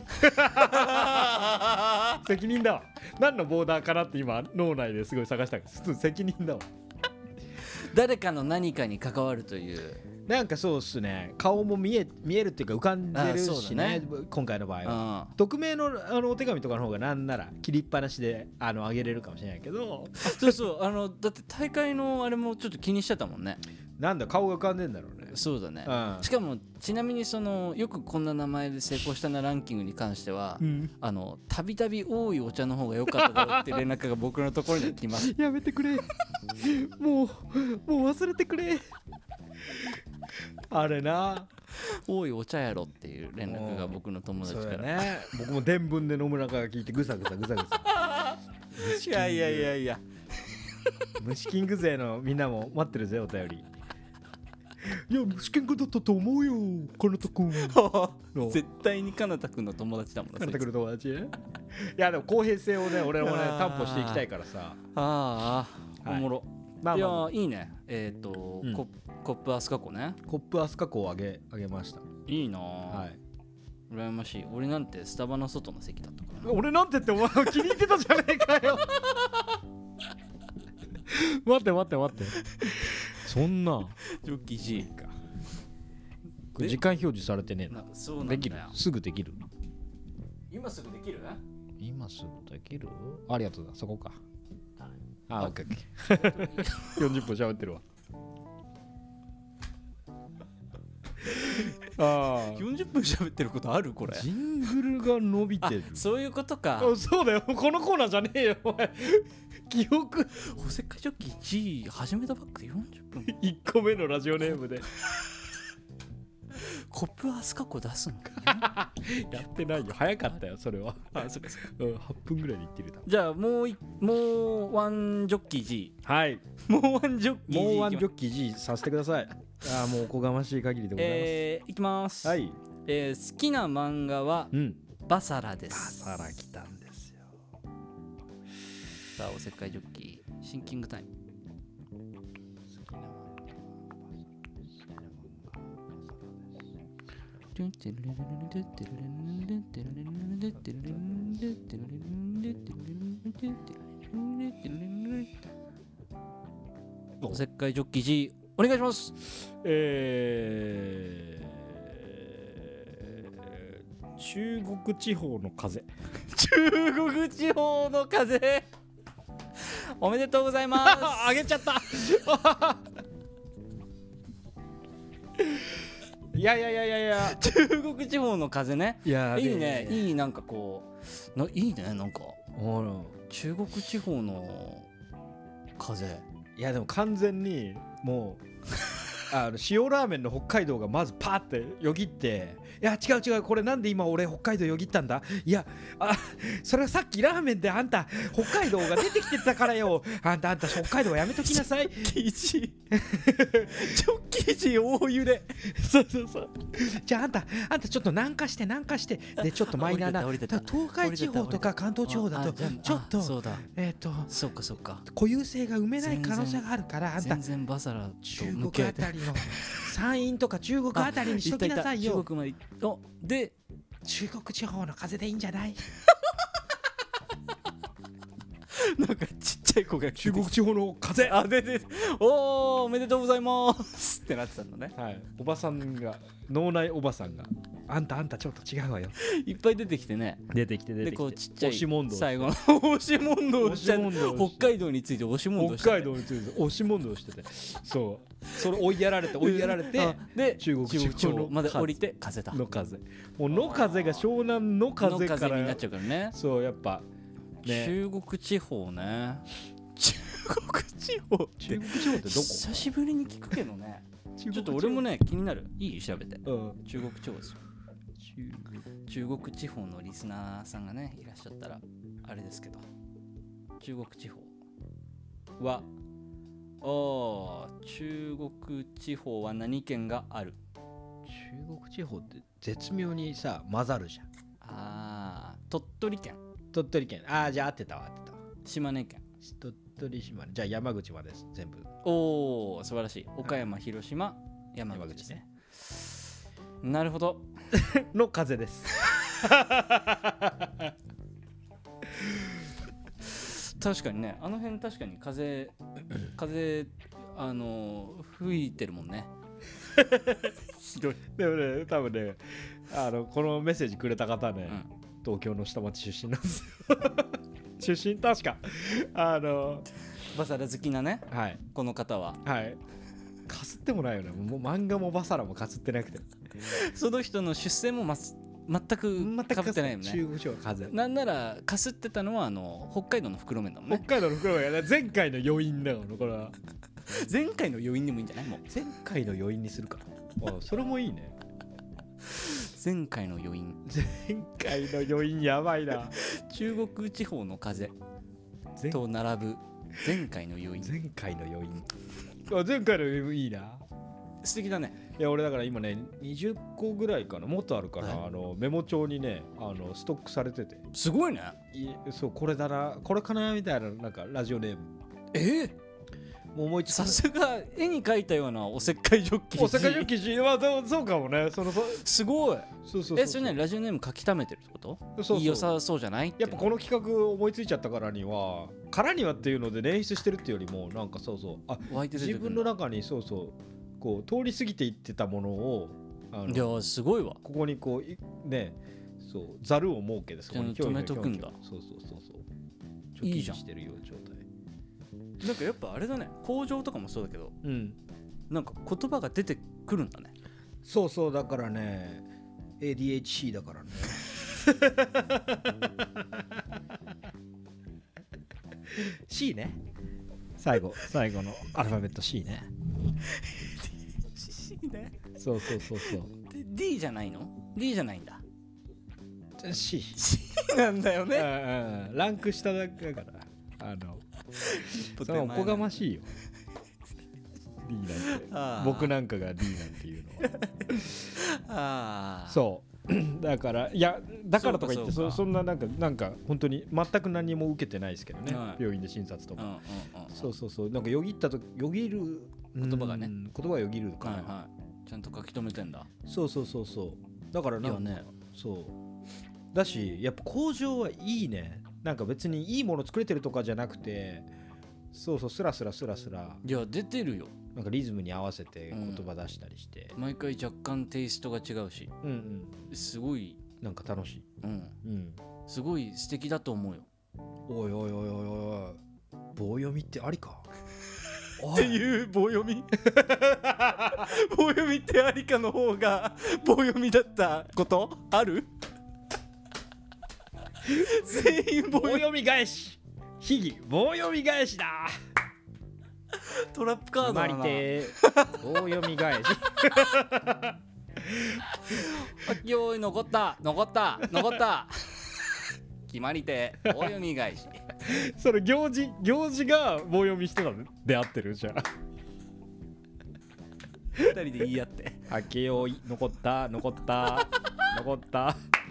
責任だわ。何のボーダーかなって今脳内ですごい探したけど責任だわ。 誰かの何かに関わるという。 なんかそうっすね顔も見え見えるっていうか浮かんでるあそうしだねね今回の場合は。 うん匿名のあのお手紙とかの方がなんなら切りっぱなしであのあげれるかもしれないけどそうそうあのだって大会のあれもちょっと気にしてたもんね。 なんだ顔が浮かんでんだろうね。 そうだね、 うんしかもちなみにそのよくこんな名前で成功したなランキングに関しては、 うんあのたびたび多いお茶の方が良かっただろうって連絡が僕のところに来ますやめてくれもうもう忘れてくれあれな多いお茶やろっていう連絡が僕の友達そうから、 だね僕も伝聞で野村が聞いてぐさぐさぐさぐさいやいやいやいや虫キング勢のみんなも待ってるぜお便り。いや虫キングだったと思うよかなたくんの絶対にかなたくんの友達だもんなかなたくんそいつの友達ね。いやでも公平性をね俺もねあー担保していきたいからさ。 ああ、 はいおもろ、 まあまあまあいやいいねえっ、ー、と、 うんココップアスカ湖ねコップアスカ湖をあげあげました。 いいなあ、 はい羨ましい。俺なんてスタバの外の席だったからな。 俺なんてってお前気に入ってたじゃねえかよ待って待って待ってそんなジョッキー G かこれ時間表示されてねえな。 なそうなんだよできるすぐできる今すぐできる今すぐできるありがとうだそこか。ああオッケーオッケーよんじゅっぷん喋ってるわああよんじゅっぷん喋ってることあるこれ。 ジングルが伸びてる。 そういうことか。 あそうだよこのコーナーじゃねえよお前記憶おせっかいジョッキー G 始めたばっかでよんじゅっぷんいっこめのラジオネームでコップアスカ湖出すのやってないよ早かったよそれは。 あそっかそっか。 うんはっぷんぐらいで言ってるだじゃあもういもうワンジョッキー G はいもうワンジョッキー G もうワンジョッッキー G させてください。ああもうおこがましい限りでございます、 えー、いきます、 はいえー、好きな漫画はうんバサラです。 さら来たんですよ。 さあおせっかいジョッキーシンキングタイム。 おせっかいジョッキ G お願いします。 えー、中国地方の風。 中国地方の風おめでとうございますあげちゃったいやいやいやいやいや中国地方の風ね。 いやいいね、いい、なんかこうないいね、なんか中国地方の風。 いやでも完全にもうあの塩ラーメンの北海道がまずパーってよぎって、いや違う違う、これなんで今俺北海道よぎったんだ、いやあそれはさっきラーメンであんた北海道が出てきてたからよ、あんたあんた北海道はやめときなさい生地ジョッキ地大揺れそうそうそう、じゃああんたあんたちょっと南下して南下してでちょっとマイナーな降りてた降りてた東海地方とか関東地方だとちょっとそうだ、 えっとそうかそうか、 固有性が埋めない可能性があるから、あんた全然バサラと中向き合えて国あたりの山陰とか中国あたりにしときなさいよ。 中国までおで中国地方の風でいいんじゃない？ なんかちっちゃい子が中国地方の風。 あででおーおめでとうございますってなってたのね。 はい、おばさんが脳内おばさんがあんたあんたちょっと違うわよ。 いっぱい出てきてね。 出てきて出てきて。 でこうちっちゃい押し問答。 最後の押し問答をしちゃう。 押し問答をして北海道について押し問答して北海道について押し問答してて、そうそれ追いやられて追いやられて、 あで中国地方のまで降りて風だ。 の風。もうの風が湘南の風のから風になっちゃうからね。 そうやっぱね。 中国地方ね。中国地方って中国地方ってどこ？ 久しぶりに聞くけどね。 ちちょっと俺もね気になる。いい調べて。 うん。 中国地方ですよ。中国地方のリスナーさんがねいらっしゃったらあれですけど、中国地方はあ中国地方は何県がある？ 中国地方って絶妙にさ混ざるじゃん。 あー鳥取県、 鳥取県。ああじゃあ合ってたわ合ってたわ。 島根県。 鳥取島根。じゃあ山口までです全部。 おお素晴らしい。岡山、広島、山口ですね。なるほど。 の風です。 確かにね、あの辺確かに風風あの吹いてるもんね。ひどい。 でもね多分ねあのこのメッセージくれた方ね、 うん、 東京の下町出身なんですよ。出身確かあのバサラ好きなね、 はい、 この方ははいかすってもないよね。もう漫画もバサラもかすってなくてその人の出世も、ま、全くかぶってないよね。 中国地方風。 なんならかすってたのはあの北海道の袋麺だもんね。 北海道の袋がね前回の余韻だからこれは前回の余韻でもいいんじゃない？もう前回の余韻にするか。あそれもいいね。 前回の余韻。 前回の余韻やばいな。 中国地方の風と並ぶ前回の余韻。 前回の余韻。あ前回の余韻いいな。 素敵だね。 いや俺だから今ねにじゅっこぐらいかな、もっとあるかな、 はい、 あのメモ帳にねあのストックされてて。 すごいね。 いそうこれだなこれかなみたいな、なんかラジオネームえー、 もう思いつく。 さすが絵に描いたようなおせっかいジョッキー。 おせっかいジョッキーはそうかもね。そのすごい。 そうそうそうそう。 えそれねラジオネーム書き溜めてるってこと？そうそういい良さそうじゃない？ やっぱこの企画思いついちゃったからにはからにはっていうので捻出してるっていうよりもなんかそうそうあ湧いて出てくる自分の中にそうそうこう通り過ぎていってたものをあのいやすごいわ。 ここにこうねそうざるを設けてそこに止めとくんだ。 そうそうそうそういいじゃん。 してるよ状態。 なんかやっぱあれだね、工場とかもそうだけど、 うん、 なんか言葉が出てくるんだね。 そうそうだからね エーディーエイチシー だからね。C ね最後最後のアルファベット C ね。 C ね。 そうそうそうそう。 で D じゃないの？ D じゃないんだ。 C。 C なんだよね。 うんうん、ランク下だからあのそれおこがましいよ。D なんて僕なんかが D なんていうのは。あそうだからいやだからとか言って そ, そんななんかなんか本当に全く何も受けてないですけどね、はい、病院で診察とか、うんうんうん、そうそうそうなんかよぎったとよぎる言葉がね言葉よぎるから、はいはい、ちゃんと書き留めてんだ。 そうそうそうそうだからなんか、ね、そうだしやっぱ工場はいいね。なんか別にいいもの作れてるとかじゃなくてそうそうスラスラスラスラいや出てるよ。 なんかリズムに合わせて言葉出したりして、 毎回若干テイストが違うし、 うんうんすごい、 なんか楽しい。 うん、 うんすごい素敵だと思うよ。 おいおいおいおいおい棒読みってありかっていう棒読み棒読みってありかの方が棒読みだったことある？全員棒棒読み返し秘技棒読み返しだトラップカードだな。 まりて棒読み返しよーい残った残った残った決まり手棒読み返しそれ行事行事が棒読みしてたので合ってるじゃん二人で言い合って開けよう残った残った残った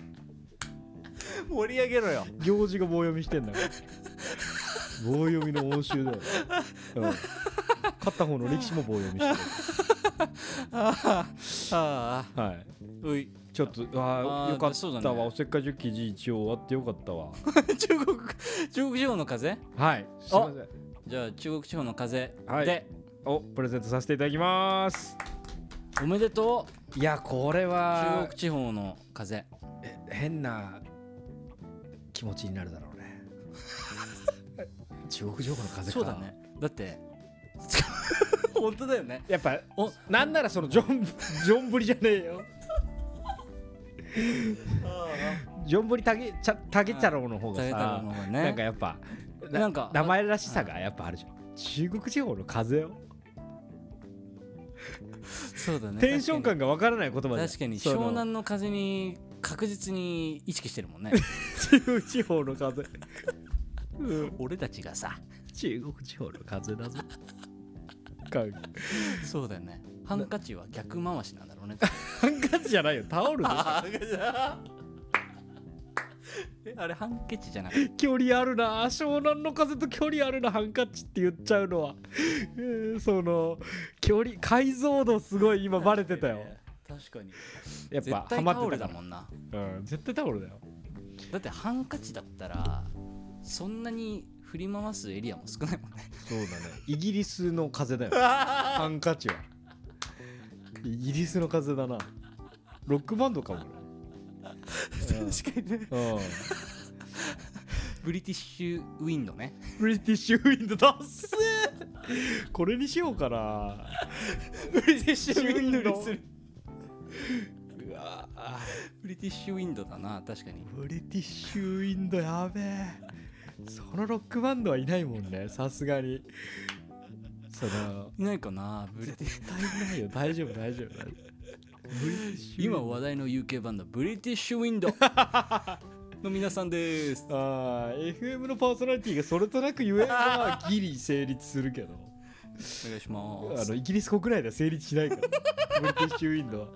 盛り上げろよ。 行事が棒読みしてんだから棒読みの応酬だよ、うん、勝った方の力士も棒読みしてるああはいおいちょっとああーーよかったわ、 そうだねおせっかい記事一応終わってよかったわ中国中国地方の風はいすいませんじゃあ中国地方の風はいで、 おプレゼントさせていただきますおめでとう。 いやこれ中は国地方の風。 え変な気持ちになるだろうね中国情報の風かそうだね。だって本当だよね。 やっぱおなんならそのジョンジョンぶりじゃねえよジョンぶりたげちゃたげ太郎の方が大太郎さの方がね。 なんかやっぱななんか名前らしさがやっぱあるじゃん中国地方の風よそうだね。 テンション感がわからない言葉じゃん確かにその湘南の風に確実に意識してるもんね。 中国地方の風、うん、 俺たちがさ。 中国地方の風だぞかそうだよね。ハンカチは逆回しなんだろうね。 ハンカチじゃないよタオルでしょえあれハンケチじゃなくて。 距離あるな湘南の風と距離あるなハンカチって言っちゃうのは、えーその距離解像度すごい今バレてたよ確かに。 やっぱ絶対タオルだもんな。 うん絶対タオルだよだってハンカチだったらそんなに振り回すエリアも少ないもんね。 そうだねイギリスの風だよハンカチはイギリスの風だなロックバンドかもね確かにね。 うんブリティッシュウィンドね。 ブリティッシュウィンドだっせーこれにしようかなブリティッシュウィンドにする。 うわブリティッシュウィンドだな、確かに。 ブリティッシュウィンドやべえそのロックバンドはいないもんねさすがにそのいないかな、ブリティ絶対いないよ大丈夫大丈夫大丈夫ブリティッシュウィンド今話題の ユーケー バンド、ブリティッシュウィンドの皆さんです。 あー エフエム のパーソナリティがそれとなく言えばギリ成立するけどお願いします。 あのイギリス国内では成立しないからブリティッシュウィンドは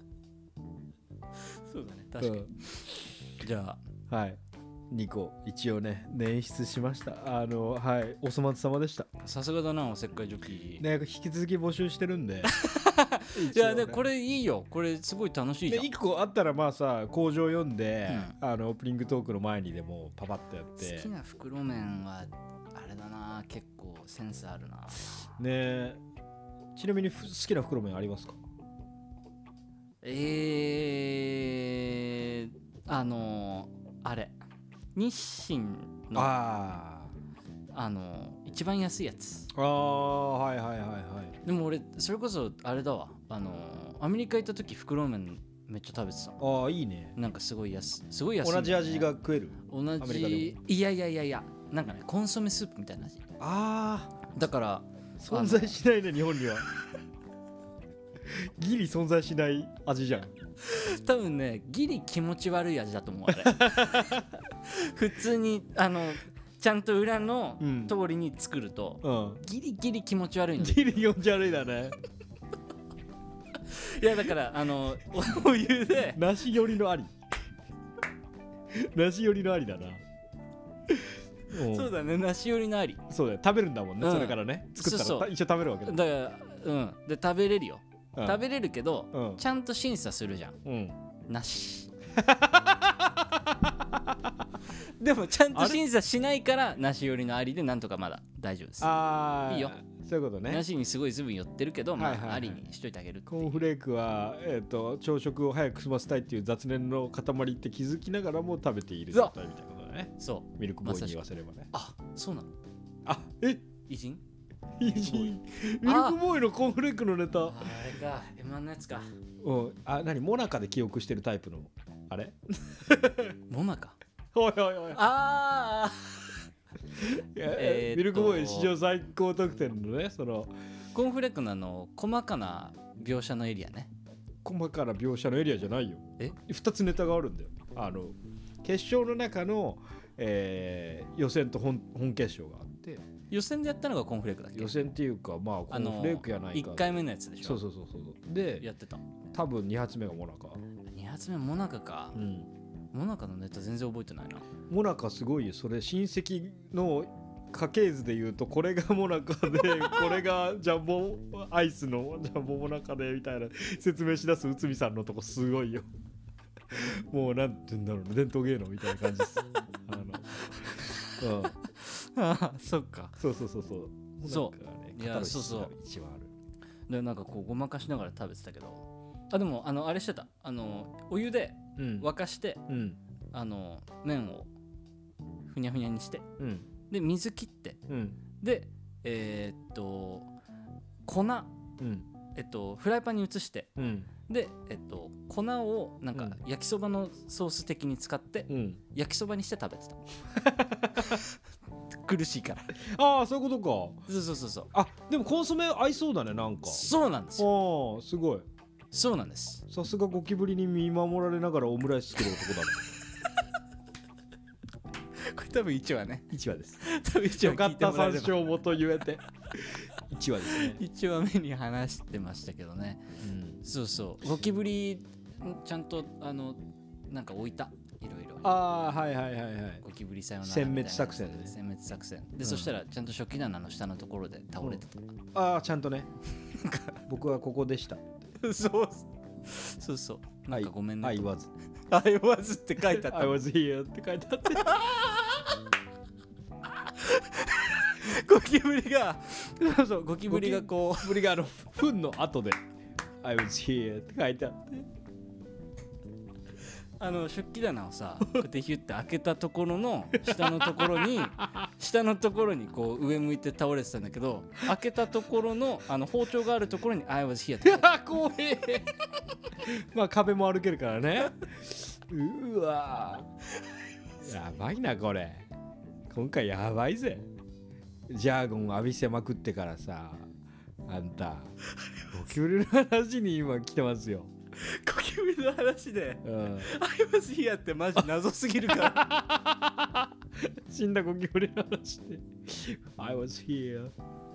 そうだね、確かに。じゃあ、 はいにこ一応ね捻出しましたあのはいお粗末様でしたさすがだな、おせっかいジョッキー。 ね引き続き募集してるんでいや、でこれいいよ。これすごい楽しいじゃん。 いっこあったらまあさ工場読んで、あのオープニングトークの前にでもパパッとやって好きな袋麺はあれだな、結構センスあるな。 ねちなみにふ好きな袋麺ありますか？ えー、あのあれ日清のああの一番安いやつ。 ーあーはいはいはいはいでも俺それこそあれだわ、あのアメリカ行った時袋麺めっちゃ食べてた。 ああいいねなんかすごい安すごい安いんだよね、 同じ味が食える同アメリカでじいやいやいやいや、なんかねコンソメスープみたいな味あだからあ存在しないね日本にはギリ存在しない味じゃん多分ねギリ気持ち悪い味だと思うあれ普通にあのちゃんと裏のうん通りに作ると、 うんギリギリ気持ち悪いんでギリ気持ち悪いだねいやだからあのおお湯で梨寄りのあり梨寄りのありだなそうだね、梨寄りのありそうだよ食べるんだもんね、 うんそれからね作ったらそうそう一応食べるわけだだからうんで食べれるよ、 うん食べれるけど、 うんちゃんと審査するじゃん。 うんなしでもちゃんと審査しないからなし寄りのありでなんとかまだ大丈夫です。 ああいいよ。 そういうことね。 なしにすごいずいぶん寄ってるけど、まあ、 はいはいはいありにしといてあげるってコーンいう。 フレークは、えー、と朝食を早く済ませたいっていう雑念の塊って気づきながらも食べている状態みたいなことだね。 そうミルクボーイに言わせればね。 あそうなの。 あえ偉人いいミルクボーイのコーンフレークのネタ。 あれか エムワン のやつか。 うんあ何モナカで記憶してるタイプのあれモナカ。 おいおいおいああえーミルクボーイ史上最高得点のねそのコーンフレークのあの細かな描写のエリアね。 細かな描写のエリアじゃないよ。 えふたつネタがあるんだよ。あの決勝の中の、えー予選と 本, 本決勝があって予選でやったのがコーンフレークだっけ。 予選っていうかまあコーンフレークやないかいっかいめのやつでしょ。 そうそうそうそうでやってた。 多分に発目がモナカ、 に発目モナカか、 うん、 モナカのネタ全然覚えてないな。 モナカすごいよ。それ親戚の家系図で言うとこれがモナカでこれがジャンボアイスのジャンボモナカでみたいな説明しだす内海さんのとこすごいよ。もうなんて言うんだろうね伝統芸能みたいな感じですあの、うん、 あそっか。 そうそうそうそうそうモナカがねいや語るそうそう一番ある。 でなんかこうごまかしながら食べてたけど、あでもあのあれしてた。あのお湯でうん沸かして、 うんあの麺をふにゃふにゃにして、 うんで水切って、 うんでえーっと粉、 うんえっとフライパンに移して、 うんでえっと粉をなんか焼きそばのソース的に使ってうん焼きそばにして食べてた。苦しいから。 ああそういうことか。 そうそうそうそう。 あでもコンソメ合いそうだねなんか。 そうなんですよ。 ああすごい。 そうなんです。 さすがゴキブリに見守られながらオムライス作る男だね。 これ多分いちわね。 いちわです。 多分いちわよか聞いてったもらえれば。 参照元言えて。いちわですね。 いちわめに話してましたけどね。 うん、 そうそうゴキブリちゃんとあのなんか置いたいろいろ。 ああはいはいはいはい。 ゴキブリさよならみたいな殲滅作戦ね殲滅作戦で、 うんそしたらちゃんと食器棚の下のところで倒れてた。 ああちゃんとね。僕はここでした。 そうそうそうなんかごめんね。 I was I was って書いてあった。 I was here って書いてあってゴキブリがそうそうゴキブリがこゴキブリがあの糞の後で I was here って書いてあってうあの食器棚をさこうやってヒュッて開けたところの下のところに下のところにこう上向いて倒れてたんだけど、開けたところのあの包丁があるところに I was here って書いてあっいや怖えまあ壁も歩けるからねうわやばいなこれ今回やばいぜジャーゴン浴びせまくってからさあんたゴキブリの話に今来てますよ、 ゴキブリの話でうん、 I was here ってマジ謎すぎるから死んだゴキブリの話で I was here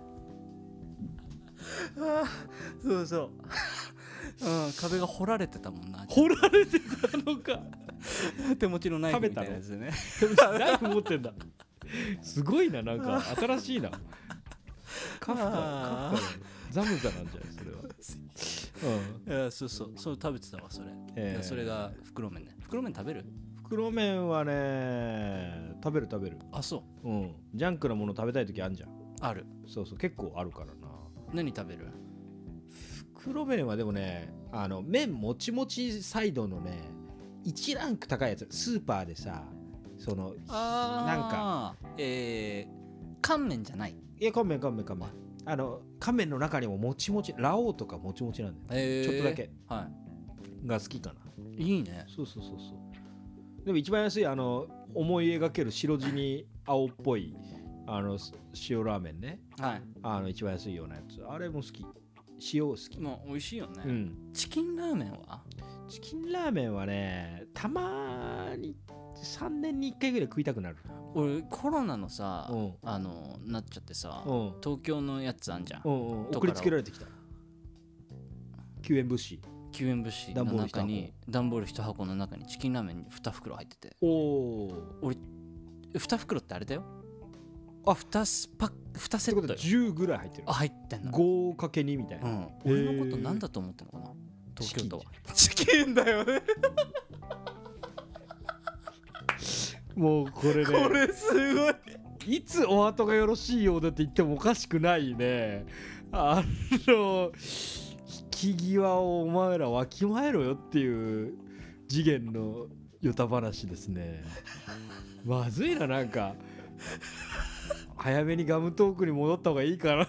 あそうそう、うん、壁が掘られてたもんな。 掘られてたのか手持ちのナイフみたいなやつでね。 ナイフ持ってんだすごいななんか新しいなカフカカフカだねザムザなんじゃないそれは、うん、 いやそうそうそう食べてたわそれ、 えーいやそれが袋麺ね。袋麺食べる？ 袋麺はね食べる食べる、 あそうんジャンクなもの食べたい時あんじゃん。 うある。 そうそう結構あるからな。 何食べる？ 袋麺はでもねあの麺もちもちサイドのねいちランク高いやつスーパーでさそのあなんかえー乾麺じゃない。 いや乾麺乾麺乾麺あの乾麺の中にももちもちラオウとかもちもちなんだよ、 えー、 ちょっとだけはが好きかな。 いいいね。 そうそうそうそうでも一番安いあの思い描ける白地に青っぽいあの塩ラーメンねはいあの一番安いようなやつあれも好き塩好き、 まあ美味しいよね、 うん、 チキンラーメンはチキンラーメンはねたまにさんねんにいっかいぐらい食いたくなる。 俺コロナのさ、 うんあのなっちゃってさ、 うん東京のやつあんじゃん、 うんうんだから送りつけられてきた救援物資。 救援物資の中に段ボール一箱の中にチキンラーメンにに袋入ってて、 おお俺に袋ってあれだよ、 あにスパッにセってことでットよ。 じゅうぐらい入ってる。 あ入ってんの。 ごかけに みたいな、 うん、俺のことなんだと思ってんのかな東京都は。チキンだよねもうこれねこれすごい。 いつお後がよろしいようだって言ってもおかしくないね。あの引き際をお前らわきまえろよっていう次元のヨタ話ですね。まずいな、なんか早めにガムトークに戻った方がいいかな。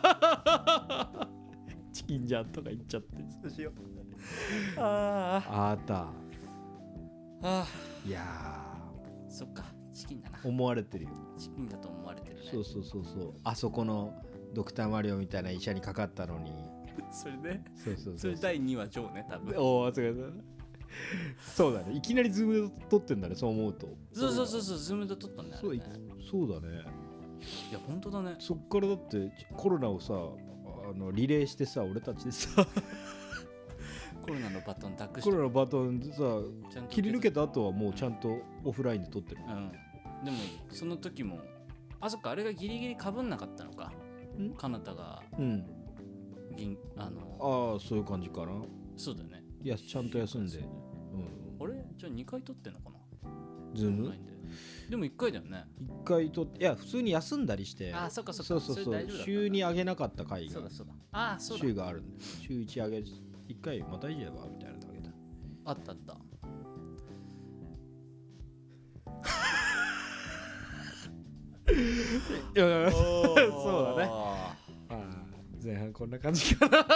チキンじゃんとか言っちゃって。 そうしよう。ああ。 あーたああ。 いやそっか、チキンだな。 ー思われてるよ。 チキンだと思われてるね。 そうそうそうそう、あそこのドクターマリオみたいな医者にかかったのに。 それで、 そうそうそうそれだいにわジョーね、多分。 おお、そうだそうだね、いきなりズームで撮ってんだね、そう思うと。 そうそうそうそう、ズームで撮ったんだよそうね。 そうだね。 いや、本当だね。 そっからだってコロナをさ、あのリレーしてさ、俺たちでさコロナのバトン託してコロナのバトンでさちゃんと切り抜けた後はもうちゃんとオフラインで撮ってる。 うん。でも、その時も、あ、そっか、あれがギリギリかぶんなかったのか。 んかなたが、 うん、 銀、あの、 ああそういう感じかな。 そうだよね。 いやちゃんと休んで、うん、 あれじゃあにかい撮ってんのかな、 ズームオンラインで。でもいっかいだよね。 いっかい撮って、いや普通に休んだりして、 あ、そっかそっか。 そうそうそうれ大丈夫だった週に上げなかった回がそうだそうだ。あ、そうだ。 週があるんで、週いち上げいっかいまたいいじゃんみたいなのあげた。 あったあった。 いやいやそうだね。 ああー前半こんな感じかな。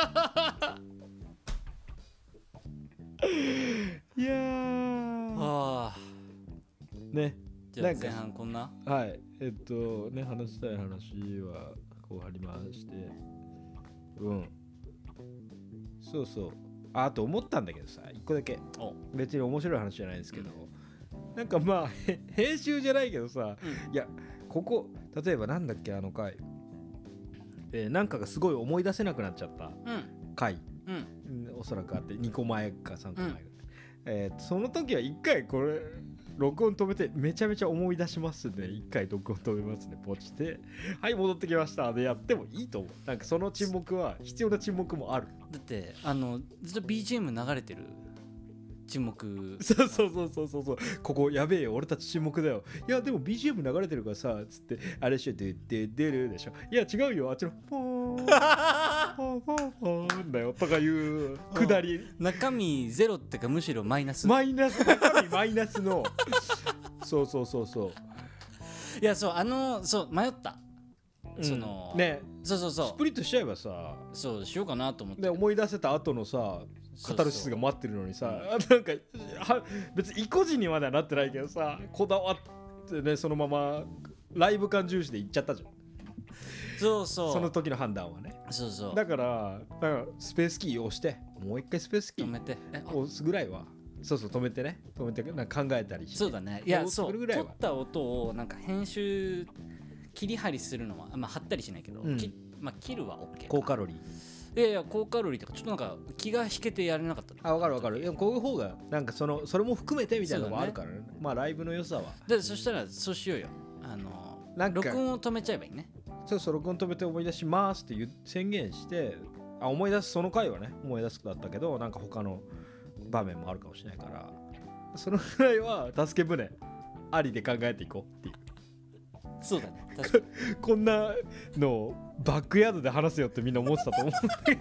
いやーあ。 ね、 じゃあなんか前半こんな。 はいえっとね話したい話はこうありまして、うんそうそう、ああと思ったんだけどさ、一個だけお、 別に面白い話じゃないんですけど、なんかまあへ編集じゃないけどさ、 うんいやここ例えばなんだっけあの回、えーなんかがすごい思い出せなくなっちゃったうん回、 うんうんおそらくあってにこまえかさんこまえか、 うんえーその時はいっかいこれ録音止めてめちゃめちゃ思い出しますね、いっかい録音止めますね、ポチってはい戻ってきましたでやってもいいと思う。なんかその沈黙は必要な沈黙もある。 だってあのずっと ビージーエム 流れてる沈黙。 そうそうそうそうそうそう、ここやべえよ俺たち沈黙だよ。いやでも ビージーエム 流れてるからさつってあれしょでで出るでしょ。いや違うよあっちのポーンポーンポーンポーンだよとかいうくだり、 中身ゼロってかむしろマイナス。 マイナス中身マイナスのそうそうそうそう、 いやそうあのそう迷った。 うんそのねそうそうそうスプリットしちゃえばさ、 そうしようかなと思って。 で思い出せた後のさそうカタルシスが待ってるのにさ、なんかは別に意固地にまではなってないけどさ、こだわってねそのままライブ感重視でいっちゃったじゃん。 そうそうその時の判断はね。 そうそうだからなんかスペースキーを押してもう一回スペースキー止めてえあ押すぐらいは、そうそう止めてね止めてなんか考えたりして、 そうだね。いや戻ってそうくるぐらいは撮った音をなんか編集切り張りするのはまあ貼ったりしないけど、 うんきまあ切るは OK。 高カロリー。 いやいや高カロリーとかちょっとなんか気が引けてやれなかったの。 あ分かる分かる。いやこういう方がなんかそのそれも含めてみたいなのもあるからね。まあライブの良さはでそしたらそうしようよ。あのなんか録音を止めちゃえばいいね。 そうそう録音止めて思い出しますって言う宣言してあ思い出すその回はね思い出すだったけどなんか他の場面もあるかもしれないからそのぐらいは助け舟ありで考えていこうっていう。 そうだね。確かにこんなのをバックヤードで話せよってみんな思ってたと思うんだけど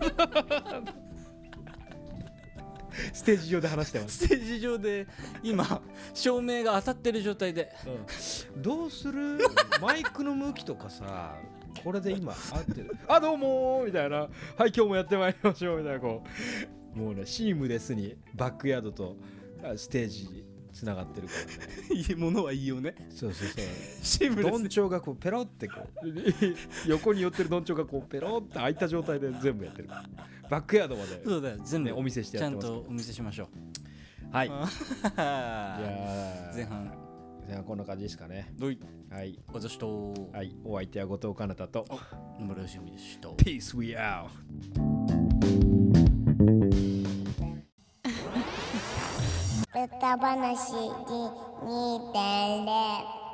ステージ上で話してます、 ステージ上で今照明が当たってる状態でうん、どうするマイクの向きとかさこれで今合ってるあどうもーみたいなはい今日もやってまいりましょうみたいなこうもうねシームレスにバックヤードとあステージつながってるからね。 いいものはいいよね。 そうそうそうシームレスどんちょうがこうペロってこう横に寄ってるどんちょうがこうペロって開いた状態で全部やってるバックヤードまで、 そうだよ全部、 ね、お見せしてちゃんやってますとお見せしましょう。 はいいあやー前半前半こんな感じですかね。 どいはい私とはいお相手は後藤かなたと野村よしみでした。 Peace we out。 歌話にてんれい